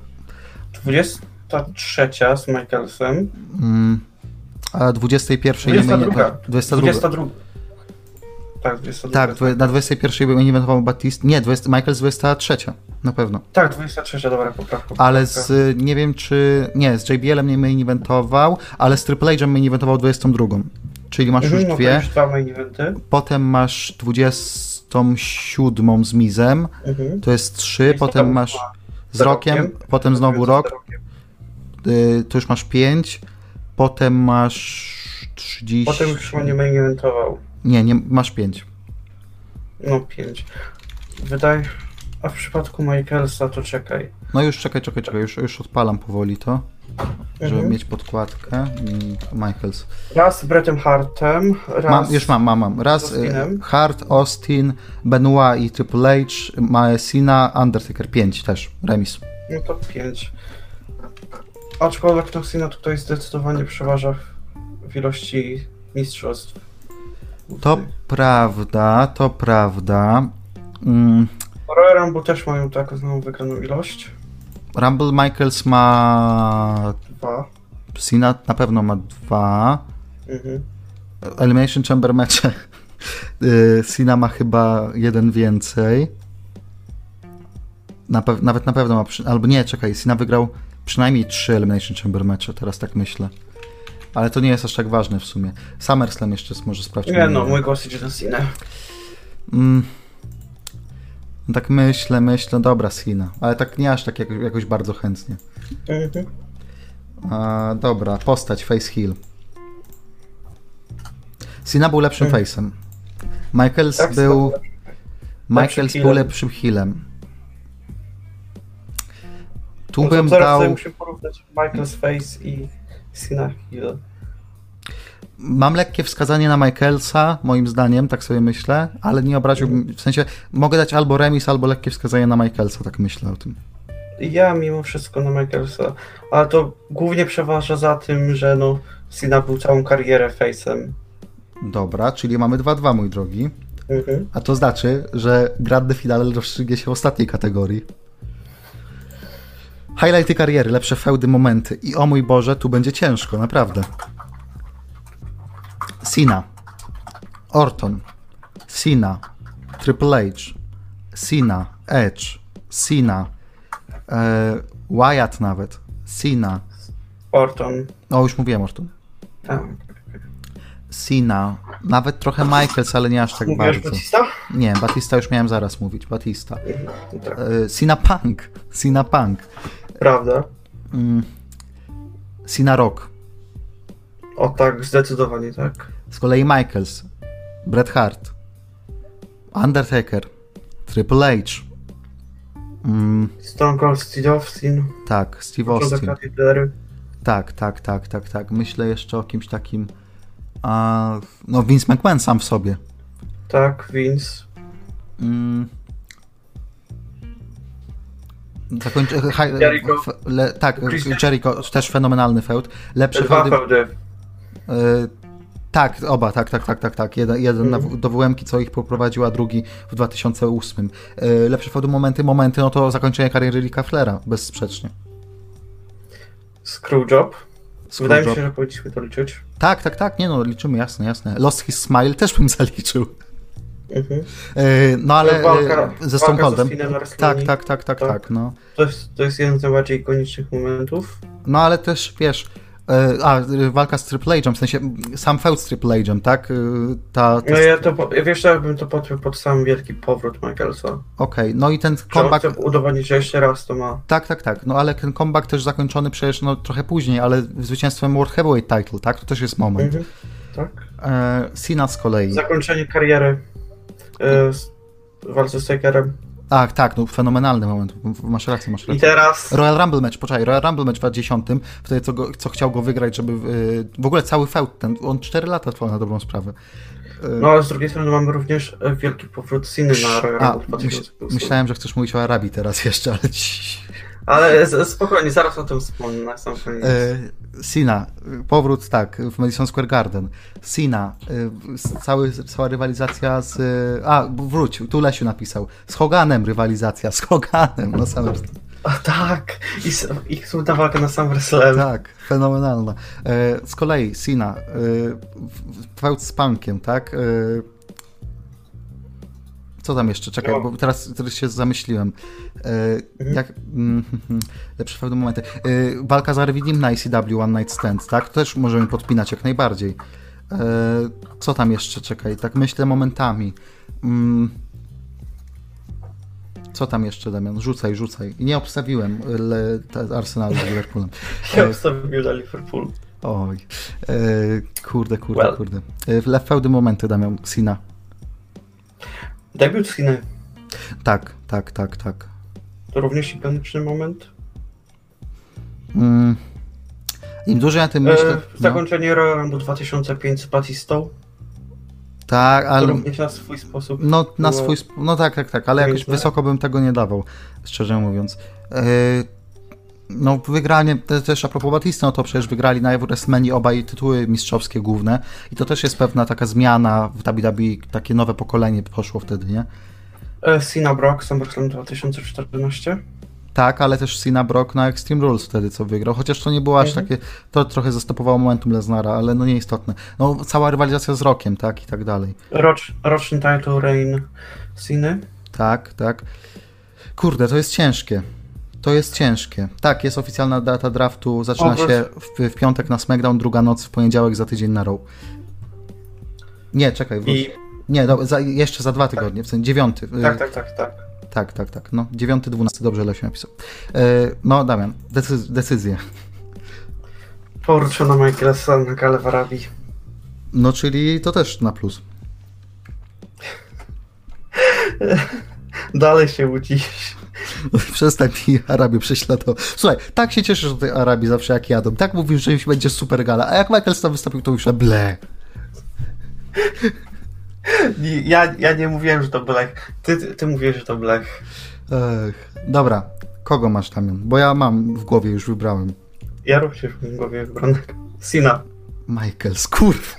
23 z Michaelsem. A 21 22. 22. Tak, 22. Tak, na 21 main eventował Batista. Nie, Michaels 23. Na pewno. Tak, 23, dobra, poprawka. Ale z, nie wiem czy... Nie, z JBL-em nie main eventował, ale z Triple H'em main eventował 22. Czyli masz już no dwie. to już dwa main eventy. Potem masz 27 z Mizem. To jest 3. Potem masz z Rockiem. Potem znowu Rock. To już masz 5. Potem masz 30... Potem już chyba nie main eventował. Nie, masz 5. No 5. Wydaje... A w przypadku Michaelsa to czekaj. No już czekaj, już odpalam powoli to, żeby mieć podkładkę. Michaels. Raz z Brettem Hartem, raz... Mam. Raz Hart, Austin, Benoit i Triple H, Cena, Undertaker. 5 też, remis. No to 5. Aczkolwiek no Cena tutaj zdecydowanie przeważa w ilości mistrzostw. To prawda. Royal Rumble też mają taką znowu wygraną ilość. Rumble Michaels ma 2. Cena na pewno ma 2. Elimination Chamber mecze. Cena ma chyba 1 więcej. Nawet na pewno ma... Albo nie, czekaj, Cena wygrał przynajmniej 3 Elimination Chamber mecze, teraz tak myślę. Ale to nie jest aż tak ważne w sumie. SummerSlam jeszcze może sprawdźmy. Nie no, mój głos idzie na Cena. Tak myślę, dobra, Cena. Ale tak nie aż tak jakoś bardzo chętnie. Dobra, postać, face heel. Cena był lepszym face'em. Michaels Tak, był healem. lepszym healem. Tu No bym zaraz dał... sobie musimy porównać Michael's face i Cena heel. Mam lekkie wskazanie na Michaelsa, moim zdaniem, tak sobie myślę, ale nie obraziłbym, w sensie mogę dać albo remis, albo lekkie wskazanie na Michaelsa, tak myślę o tym. Ja mimo wszystko na Michaelsa, ale to głównie przeważa za tym, że no Cena był całą karierę face'em. Dobra, czyli mamy 2-2, mój drogi. A to znaczy, że grande finale rozstrzygnie się w ostatniej kategorii. Highlighty kariery, lepsze feudy, momenty. I o mój Boże, tu będzie ciężko, naprawdę. Cena, Orton, Cena, Triple H, Cena, Edge, Cena, Wyatt nawet, Cena. Orton. O, już mówiłem Orton. Tak. Cena, nawet trochę Michaels, ale nie aż tak Mówiłeś bardzo. Batista? Nie, Batista już miałem zaraz mówić, Batista. Tak. Cena Punk. Prawda. Cena Rock. O tak, zdecydowanie tak. Z kolei Michaels, Bret Hart, Undertaker, Triple H. Stone Cold Steve Austin. Tak, Steve Austin. Katedry. Tak. Myślę jeszcze o kimś takim. No, Vince McMahon sam w sobie. Tak, Vince. Jericho. Tak, Jericho, też fenomenalny feud. Lepszy Dwa feudy. feudy. Tak, oba, tak. Jeden do WM-ki, co ich poprowadził, a drugi w 2008. Lepsze feudy, momenty, no to zakończenie kariery Ricka Flera, bezsprzecznie. Screwjob. Wydaje mi się, że powinniśmy to liczyć. Tak, nie no, liczymy, jasne. Lost His Smile też bym zaliczył. No ale ze Stone Coldem. Tak, no. To jest jeden z najbardziej ikonicznych momentów. No ale też, wiesz, walka z Triple H'em, w sensie sam feud z Triple H'em, tak? Wiesz, ja bym to podpiął pod sam wielki powrót Michaelsa. Okej, no i ten comeback... Chcę udowodnić, że jeszcze raz to ma. Tak, no ale ten comeback też zakończony przecież no trochę później, ale zwycięstwem World Heavyweight Title, tak? To też jest moment. Tak. Cena z kolei. Zakończenie kariery w walce z Takerem. Tak, no fenomenalny moment, masz rację. I teraz... Royal Rumble match w 2010, wtedy co chciał go wygrać, żeby w ogóle cały feud ten, on 4 lata trwał na dobrą sprawę. No ale z drugiej strony mamy również wielki powrót Ceny na Royal Rumble 2008. Myślałem, że chcesz mówić o Arabii teraz jeszcze, ale... Ale spokojnie, zaraz o tym wspomnę na sam koniec. Cena, powrót w Madison Square Garden. Cena, cała rywalizacja z... wrócił, tu Lesiu napisał. Z Hoganem rywalizacja, z Hoganem na samym... Tak, ich słynna walka na SummerSlam. Tak, fenomenalna. Z kolei Cena, feud z Punkiem, tak? Co tam jeszcze? Czekaj, bo teraz się zamyśliłem. Lepsze pewne momenty. Walka z RVD na ICW One Night Stand, tak? To też możemy podpinać jak najbardziej. Co tam jeszcze? Czekaj, tak myślę momentami. Co tam jeszcze, Damian? Rzucaj. Nie obstawiłem Arsenalu z Liverpoolem. Ja obstawiłem na Liverpool. Oj. Kurde. Feudy momenty, Damian. Cena. Debiut Ceny. Tak. To również ikoniczny moment. Im dłużej ja tym myślę... Zakończenie Royal Rumble 2005 z Batistą. Tak, ale... To również na swój sposób. No tak, ale jakoś wysoko bym tego nie dawał, szczerze mówiąc. No wygranie, też a propos Batisty, no to przecież wygrali na WrestleMania obaj tytuły mistrzowskie główne i to też jest pewna taka zmiana w WWE, takie nowe pokolenie poszło wtedy, nie? Cena Brock, SummerSlam 2014. Tak, ale też Cena Brock na Extreme Rules wtedy co wygrał, chociaż to nie było aż takie, to trochę zastopowało momentum Lesnara, ale no nieistotne. No cała rywalizacja z Rockiem, tak, i tak dalej. Roczny title reign Ceny. Tak. Kurde, to jest ciężkie. Tak, jest oficjalna data draftu, zaczyna się w piątek na SmackDown, druga noc w poniedziałek za tydzień na Raw. Nie, czekaj, Nie, jeszcze za 2 tygodnie, w sensie 9. Tak. No, 9-12, dobrze Lesiu napisał. No, Damian, decyzję. Powrót na Michaelsa na galę w Arabii. No, czyli to też na plus. Dalej się łudzisz. Przestań mi Arabię prześladować. Słuchaj, tak się cieszę, że tej Arabii zawsze jak jadą. Tak mówisz, że już będzie super gala, a jak Michael tam wystąpił, to już ble. Ja nie mówiłem, że to blech. Ty mówiłeś, że to blech. Dobra, kogo masz, Damian? Bo ja mam w głowie, już wybrałem. Ja również w głowie wybrałem. Cena. Michael, skurw.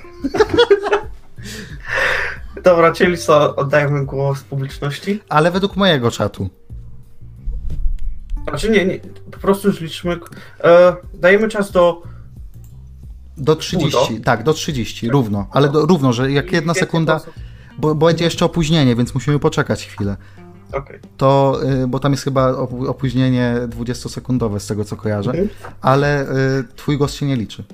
Dobra, czyli co, oddajemy głos publiczności? Ale według mojego czatu. Znaczy nie, po prostu już liczymy. Dajemy czas do 30, tak, do 30, równo. Ale równo, że jak jedna sekunda, bo będzie jeszcze opóźnienie, więc musimy poczekać chwilę. Okay. To, bo tam jest chyba opóźnienie 20-sekundowe z tego, co kojarzę, ale twój głos się nie liczy.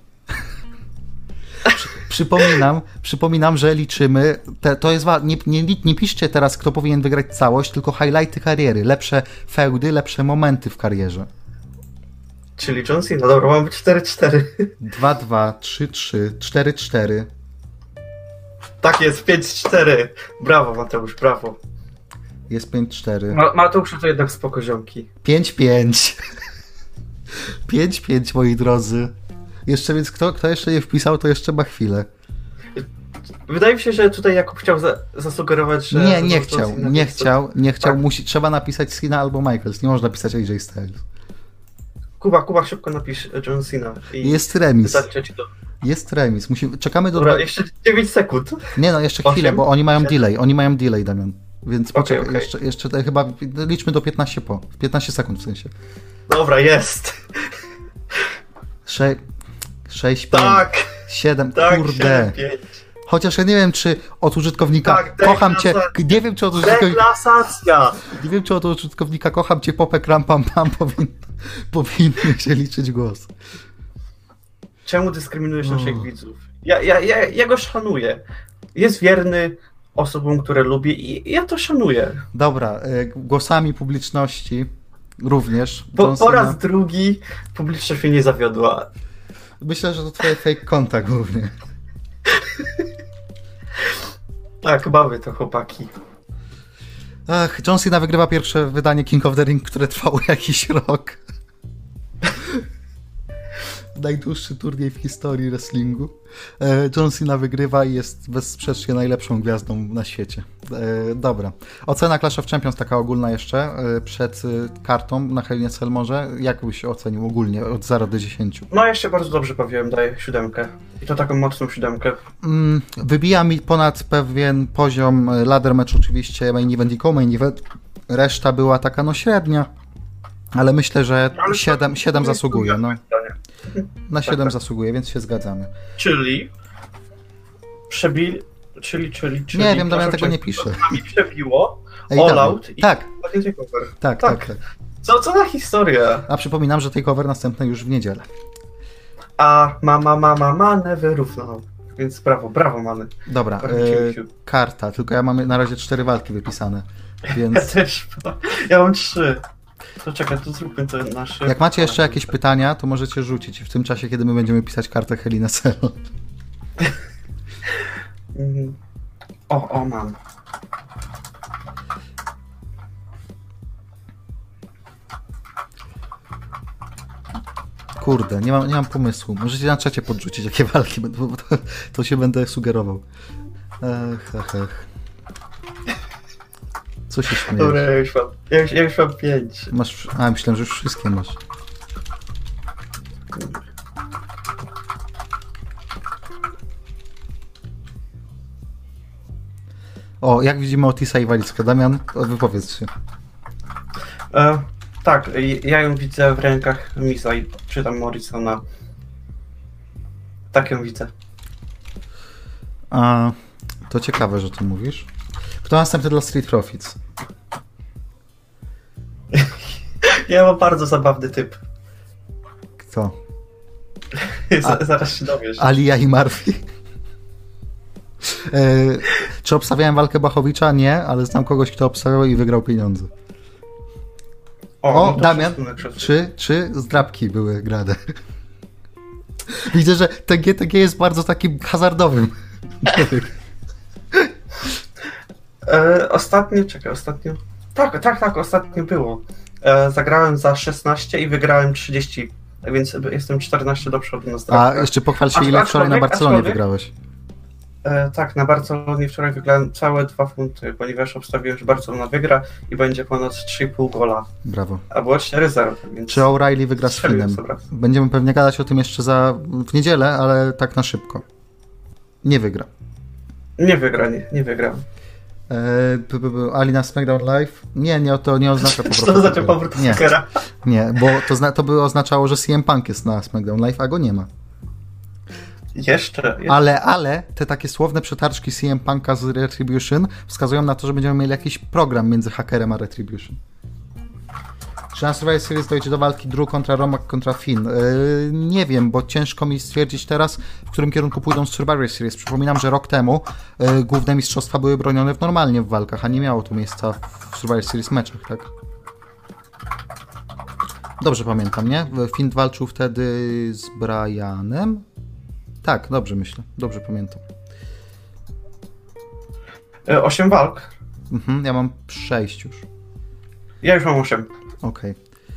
Przypominam, że liczymy, to jest nie piszcie teraz, kto powinien wygrać całość, tylko highlighty kariery, lepsze feudy, lepsze momenty w karierze. Czyli John Cena, dobra, mamy 4-4. 2-2, 3-3, 4-4. Tak jest, 5-4. Brawo, Mateusz, brawo. Jest 5-4. Mateusz to jednak spoko ziomki. 5-5. 5-5, moi drodzy. Jeszcze więc kto jeszcze nie wpisał, to jeszcze ma chwilę. Wydaje mi się, że tutaj Jakub chciał zasugerować, że... Nie chciał. Tak. Trzeba napisać Cena albo Michaels. Nie można pisać AJ Styles. Kuba, szybko napisz John Cena. Jest remis. Jest remis. Czekamy do... Dobra, jeszcze 9 sekund. Nie no, jeszcze 8, chwilę, bo oni mają delay. Oni mają delay, Damian. Więc poczekaj, okay. Jeszcze chyba liczmy do 15 sekund w sensie. Dobra, jest. 6-5. Tak, 7, tak, kurde. 7-5. Chociaż ja nie wiem, czy od użytkownika Tak, kocham cię. Nie wiem, czy od użytkownika. Deklasacja! Nie wiem, czy od użytkownika kocham cię, popek, ram, pam, pam, powinien się liczyć głos. Czemu dyskryminujesz naszych widzów? Ja go szanuję. Jest wierny osobom, które lubię i ja to szanuję. Dobra, głosami publiczności również. Po raz drugi publiczność mnie nie zawiodła. Myślę, że to twoje fake konta głównie. Tak, bawię to chłopaki. Ach, John Cena wygrywa pierwsze wydanie King of the Ring, które trwało jakiś rok. Najdłuższy turniej w historii wrestlingu. John Cena wygrywa i jest bezsprzecznie najlepszą gwiazdą na świecie. Dobra. Ocena Clash of Champions taka ogólna jeszcze, przed kartą na Hell in a Cell może. Jak byś ocenił ogólnie od 0 do 10? No ja się bardzo dobrze bawiłem, daję 7. I to taką mocną 7. Wybija mi ponad pewien poziom ladder match oczywiście, main event i co-main event. Reszta była taka no średnia. Ale myślę, że 7 zasługuje. No. Na 7 tak. zasługuje, więc się zgadzamy. Czyli Nie wiem, Damian tego nie pisze. Mi przebiło Ej, All Damian. Out i Tak. Tak. Co za historia? A przypominam, że takeover następny już w niedzielę. A ma never równo. Więc brawo mamy. Dobra, karta, tylko ja mam na razie 4 walki wypisane, więc... Ja też, ja mam 3. To czekaj, to zróbmy to nasze... Jak macie jeszcze jakieś pytania, to możecie rzucić w tym czasie, kiedy my będziemy pisać kartę Hell in a Cell. Mam. Kurde, nie mam pomysłu. Możecie na czacie podrzucić, jakie walki będą, bo to się będę sugerował. Ech. Co się śmiejesz? Dobra, ja już mam 5. Masz... A, myślałem, że już wszystkie masz. O, jak widzimy Otisa i Walizkę. Damian, wypowiedz się. Tak, ja ją widzę w rękach Misa i czytam Morrisona. Tak ją widzę. A, to ciekawe, że to mówisz. Kto następny dla Street Profits? Ja mam bardzo zabawny typ. Kto? Zaraz się dowiesz. Alia i Murphy? Czy obstawiałem walkę Bachowicza? Nie, ale znam kogoś, kto obstawiał i wygrał pieniądze. O, Damian, czy zdrabki były grane? Widzę, że TGTG jest bardzo takim hazardowym. Ostatnio. Tak, ostatnio było. Zagrałem za 16 i wygrałem 30, tak więc jestem 14 do przodu na zdrabkach. A jeszcze pochwal się, ile wczoraj na Barcelonie wygrałeś. Tak, na Barcelonie wczoraj wygrałem całe 2 funty, ponieważ obstawiłem, że Barcelona wygra i będzie ponad 3,5 gola. Brawo. A było 4-0. Więc... Czy O'Reilly wygra z Finem? Będziemy pewnie gadać o tym jeszcze w niedzielę, ale tak na szybko. Nie wygra. Nie wygra. Ali na SmackDown Live? Nie, to nie oznacza powrotu. To oznacza powrót Fuckera. Nie, bo to by oznaczało, że CM Punk jest na SmackDown Live, a go nie ma. Jeszcze. Ale te takie słowne przetarczki CM Punka z Retribution wskazują na to, że będziemy mieli jakiś program między Hackerem a Retribution. Czy na Survivor Series dojdzie do walki Drew kontra Romak kontra Finn? Nie wiem, bo ciężko mi stwierdzić teraz, w którym kierunku pójdą z Survivor Series. Przypominam, że rok temu główne mistrzostwa były bronione normalnie w walkach, a nie miało to miejsca w Survivor Series meczach, tak? Dobrze pamiętam, nie? Finn walczył wtedy z Brianem? Tak, dobrze myślę. Dobrze pamiętam. 8 walk. Ja mam 6 już. Ja już mam 8. Okej.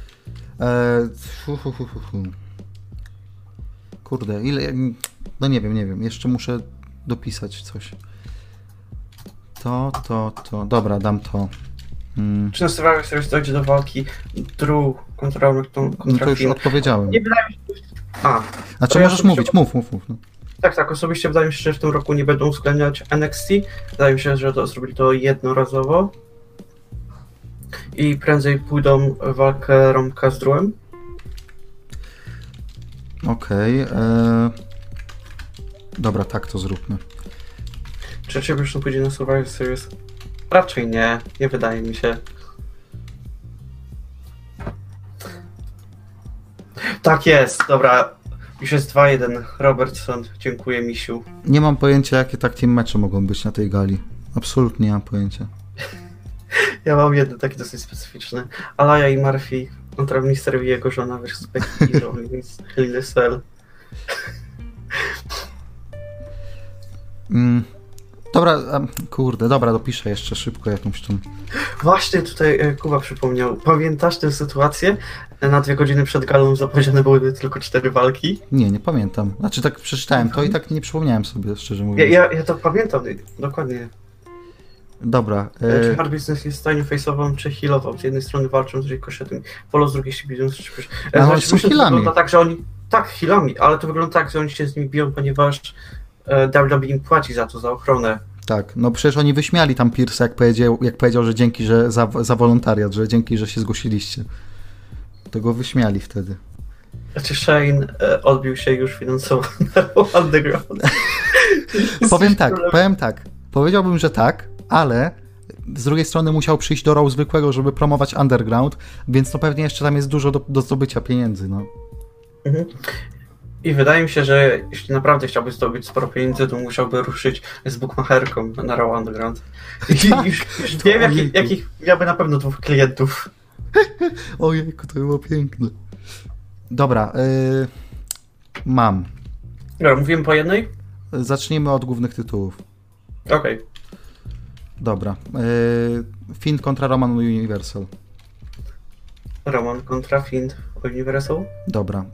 Kurde, ile... No nie wiem. Jeszcze muszę dopisać coś. To. Dobra, dam to. Czy na Survivor Series dojdzie do walki Drew kontra Romak kontra to już Finn? odpowiedziałem. Nie wydaje mi się... Znaczy możesz mówić, mów. No. Tak, osobiście wydaje mi się, że w tym roku nie będą uwzględniać NXT. Wydaje mi się, że zrobili to jednorazowo. I prędzej pójdą w walkę Romka z Drewem. Okej. Dobra, tak to zróbmy. Czy Attribution pójdzie na Survivor Series? Raczej nie, nie wydaje mi się. Tak jest, dobra. Już jest 2-1. Robertson, dziękuję misiu. Nie mam pojęcia, jakie tak team mecze mogą być na tej gali. Absolutnie nie mam pojęcia. Ja mam jeden taki dosyć specyficzny. Alaya i Murphy kontra Mister i jego żona versus Becky i Linesel. Dobra, kurde, dobra, dopiszę jeszcze szybko jakąś tam. Właśnie tutaj Kuba przypomniał. Pamiętasz tę sytuację? Na 2 godziny przed galą zapowiedziane były tylko 4 walki. Nie pamiętam. Znaczy tak przeczytałem to i tak nie przypomniałem sobie, szczerze mówiąc. Ja to pamiętam, dokładnie. Dobra. Czy hard business jest stajnią face'ową, czy heal'ową? Z jednej strony walczą z Ricochet'em, Polo z drugiej się biją z czymś. Ale są heal'ami. Wygląda tak, że oni... Tak, heal'ami, ale to wygląda tak, że oni się z nimi biją, ponieważ WWE im płaci za to, za ochronę. Tak, no przecież oni wyśmiali tam Pierce'a, jak powiedział, że dzięki, że za wolontariat, że dzięki, że się zgłosiliście. To go wyśmiali wtedy. Znaczy Shane odbił się już finansowo na Underground. Powiem tak. Powiedziałbym, że tak, ale z drugiej strony musiał przyjść do Raw zwykłego, żeby promować Underground, więc to pewnie jeszcze tam jest dużo do zdobycia pieniędzy, no. Mhm. I wydaje mi się, że jeśli naprawdę chciałby zdobyć sporo pieniędzy, to musiałby ruszyć z bookmacherką na Raw Underground. I już wiem, jakich miałby na pewno 2 klientów. Ojejku, to było piękne. Dobra, mam. Dobra, mówimy po jednej? Zacznijmy od głównych tytułów. Okej. Dobra. Finn kontra Roman Universal. Roman kontra Finn Universal. Dobra.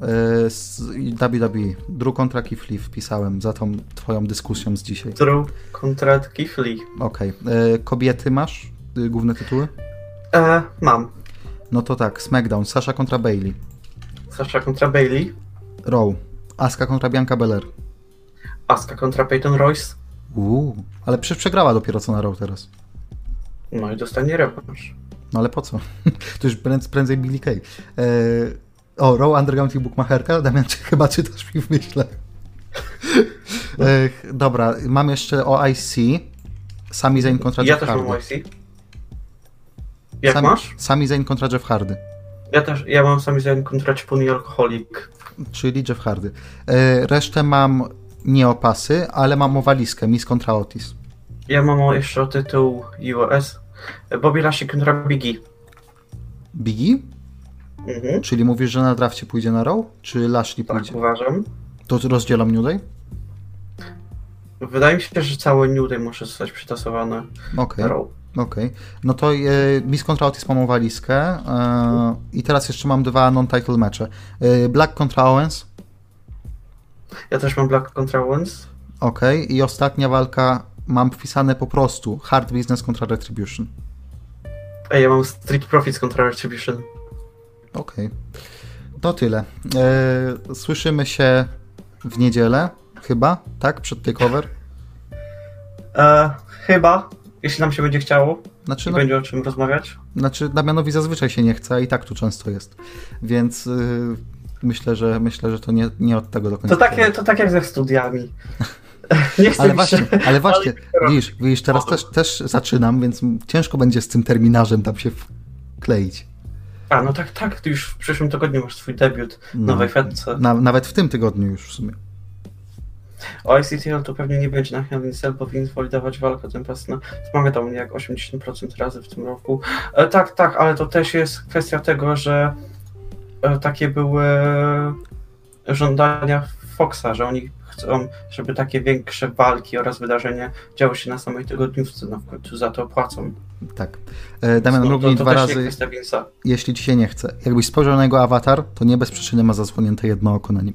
WWE. Drew kontra Keith Lee wpisałem za tą twoją dyskusją z dzisiaj. Drew kontra Keith Lee. Okej. Kobiety masz? Główne tytuły? Mam. No to tak. SmackDown. Sasha kontra Bayley. Sasha kontra Bayley. Raw. Asuka kontra Bianca Belair. Asuka kontra Peyton Royce. Ale przecież przegrała dopiero co na Raw teraz. No i dostanie rewanż. No ale po co? To już prędzej Billie Kay. Raw Underground i Bookmacherka? Damian, chyba czytasz mi w myślach. Dobra, mam jeszcze o IC. Sami Zayn kontra Jeff Hardy. Ja też mam IC. Jak masz? Sami Zayn kontra Jeff Hardy. Ja mam Sami Zayn kontra Czpun i Alkoholik. Czyli Jeff Hardy. Resztę mam nie o pasy, ale mam o walizkę. Miz kontra Otis. Ja mam jeszcze o tytuł US. Bobby Lashley kontra Biggie. Biggie? Mhm. Czyli mówisz, że na drafcie pójdzie na Raw? Czy Lashley pójdzie? Tak, uważam. To rozdzielam New Day? Wydaje mi się, że całe New Day może zostać przytasowane na Raw. Okej. No to Miz kontra Otis mam o walizkę. I teraz jeszcze mam 2 non-title mecze. Black kontra Owens. Ja też mam Black kontra Owens. Okej. I ostatnia walka mam wpisane po prostu Hard Business kontra Retribution. Ja mam Street Profits kontra Retribution. Okej. To tyle. Słyszymy się w niedzielę, chyba, tak? Przed takeover? Chyba, jeśli nam się będzie chciało. Znaczy, będzie o czym rozmawiać. Znaczy, Damianowi zazwyczaj się nie chce, a i tak tu często jest. Więc myślę, że to nie od tego do końca. To tak jak ze studiami. Nie chcę ale właśnie, widzisz, teraz też zaczynam, więc ciężko będzie z tym terminarzem tam się wkleić. No tak, ty już w przyszłym tygodniu masz swój debiut w nowej fetce. Nawet w tym tygodniu już w sumie. O ICTL to pewnie nie będzie na Hell in Cell, powinien zwalidować walkę tymczasem. Pamiętam mnie jak 80% razy w tym roku. Tak, ale to też jest kwestia tego, że takie były żądania Foxa, że oni chcą, żeby takie większe walki oraz wydarzenia działy się na samej tygodniówce, no w końcu za to płacą. Tak. Damian mrugnij 2 razy, jeśli ci się nie chce. Jakbyś spojrzał na jego awatar, to nie bez przyczyny ma zasłonięte jedno oko na nim.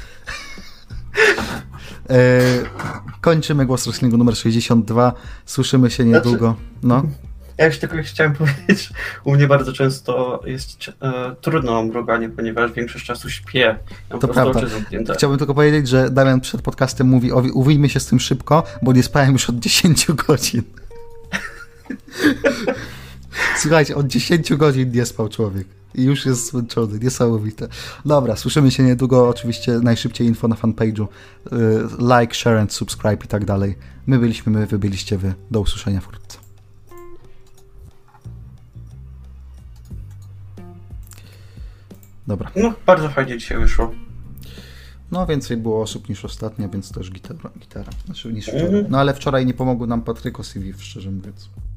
Kończymy Głos Wrestlingu numer 62. Słyszymy się niedługo. No. Ja już tylko chciałem powiedzieć, że u mnie bardzo często jest trudno o mruganie, ponieważ większość czasu śpię. To prawda. Chciałbym tylko powiedzieć, że Damian przed podcastem mówi: uwijmy się z tym szybko, bo nie spałem już od 10 godzin. Słuchajcie, od 10 godzin nie spał człowiek. I już jest zmęczony. Niesamowite. Dobra, słyszymy się niedługo. Oczywiście najszybciej info na fanpage'u. Like, share and subscribe i tak dalej. My byliśmy my, wy byliście wy. Do usłyszenia wkrótce. Dobra. No, bardzo fajnie dzisiaj wyszło. No, więcej było osób niż ostatnio, więc też gitara. Znaczy niż wczoraj. No, ale wczoraj nie pomogły nam Patryko CV, szczerze mówiąc.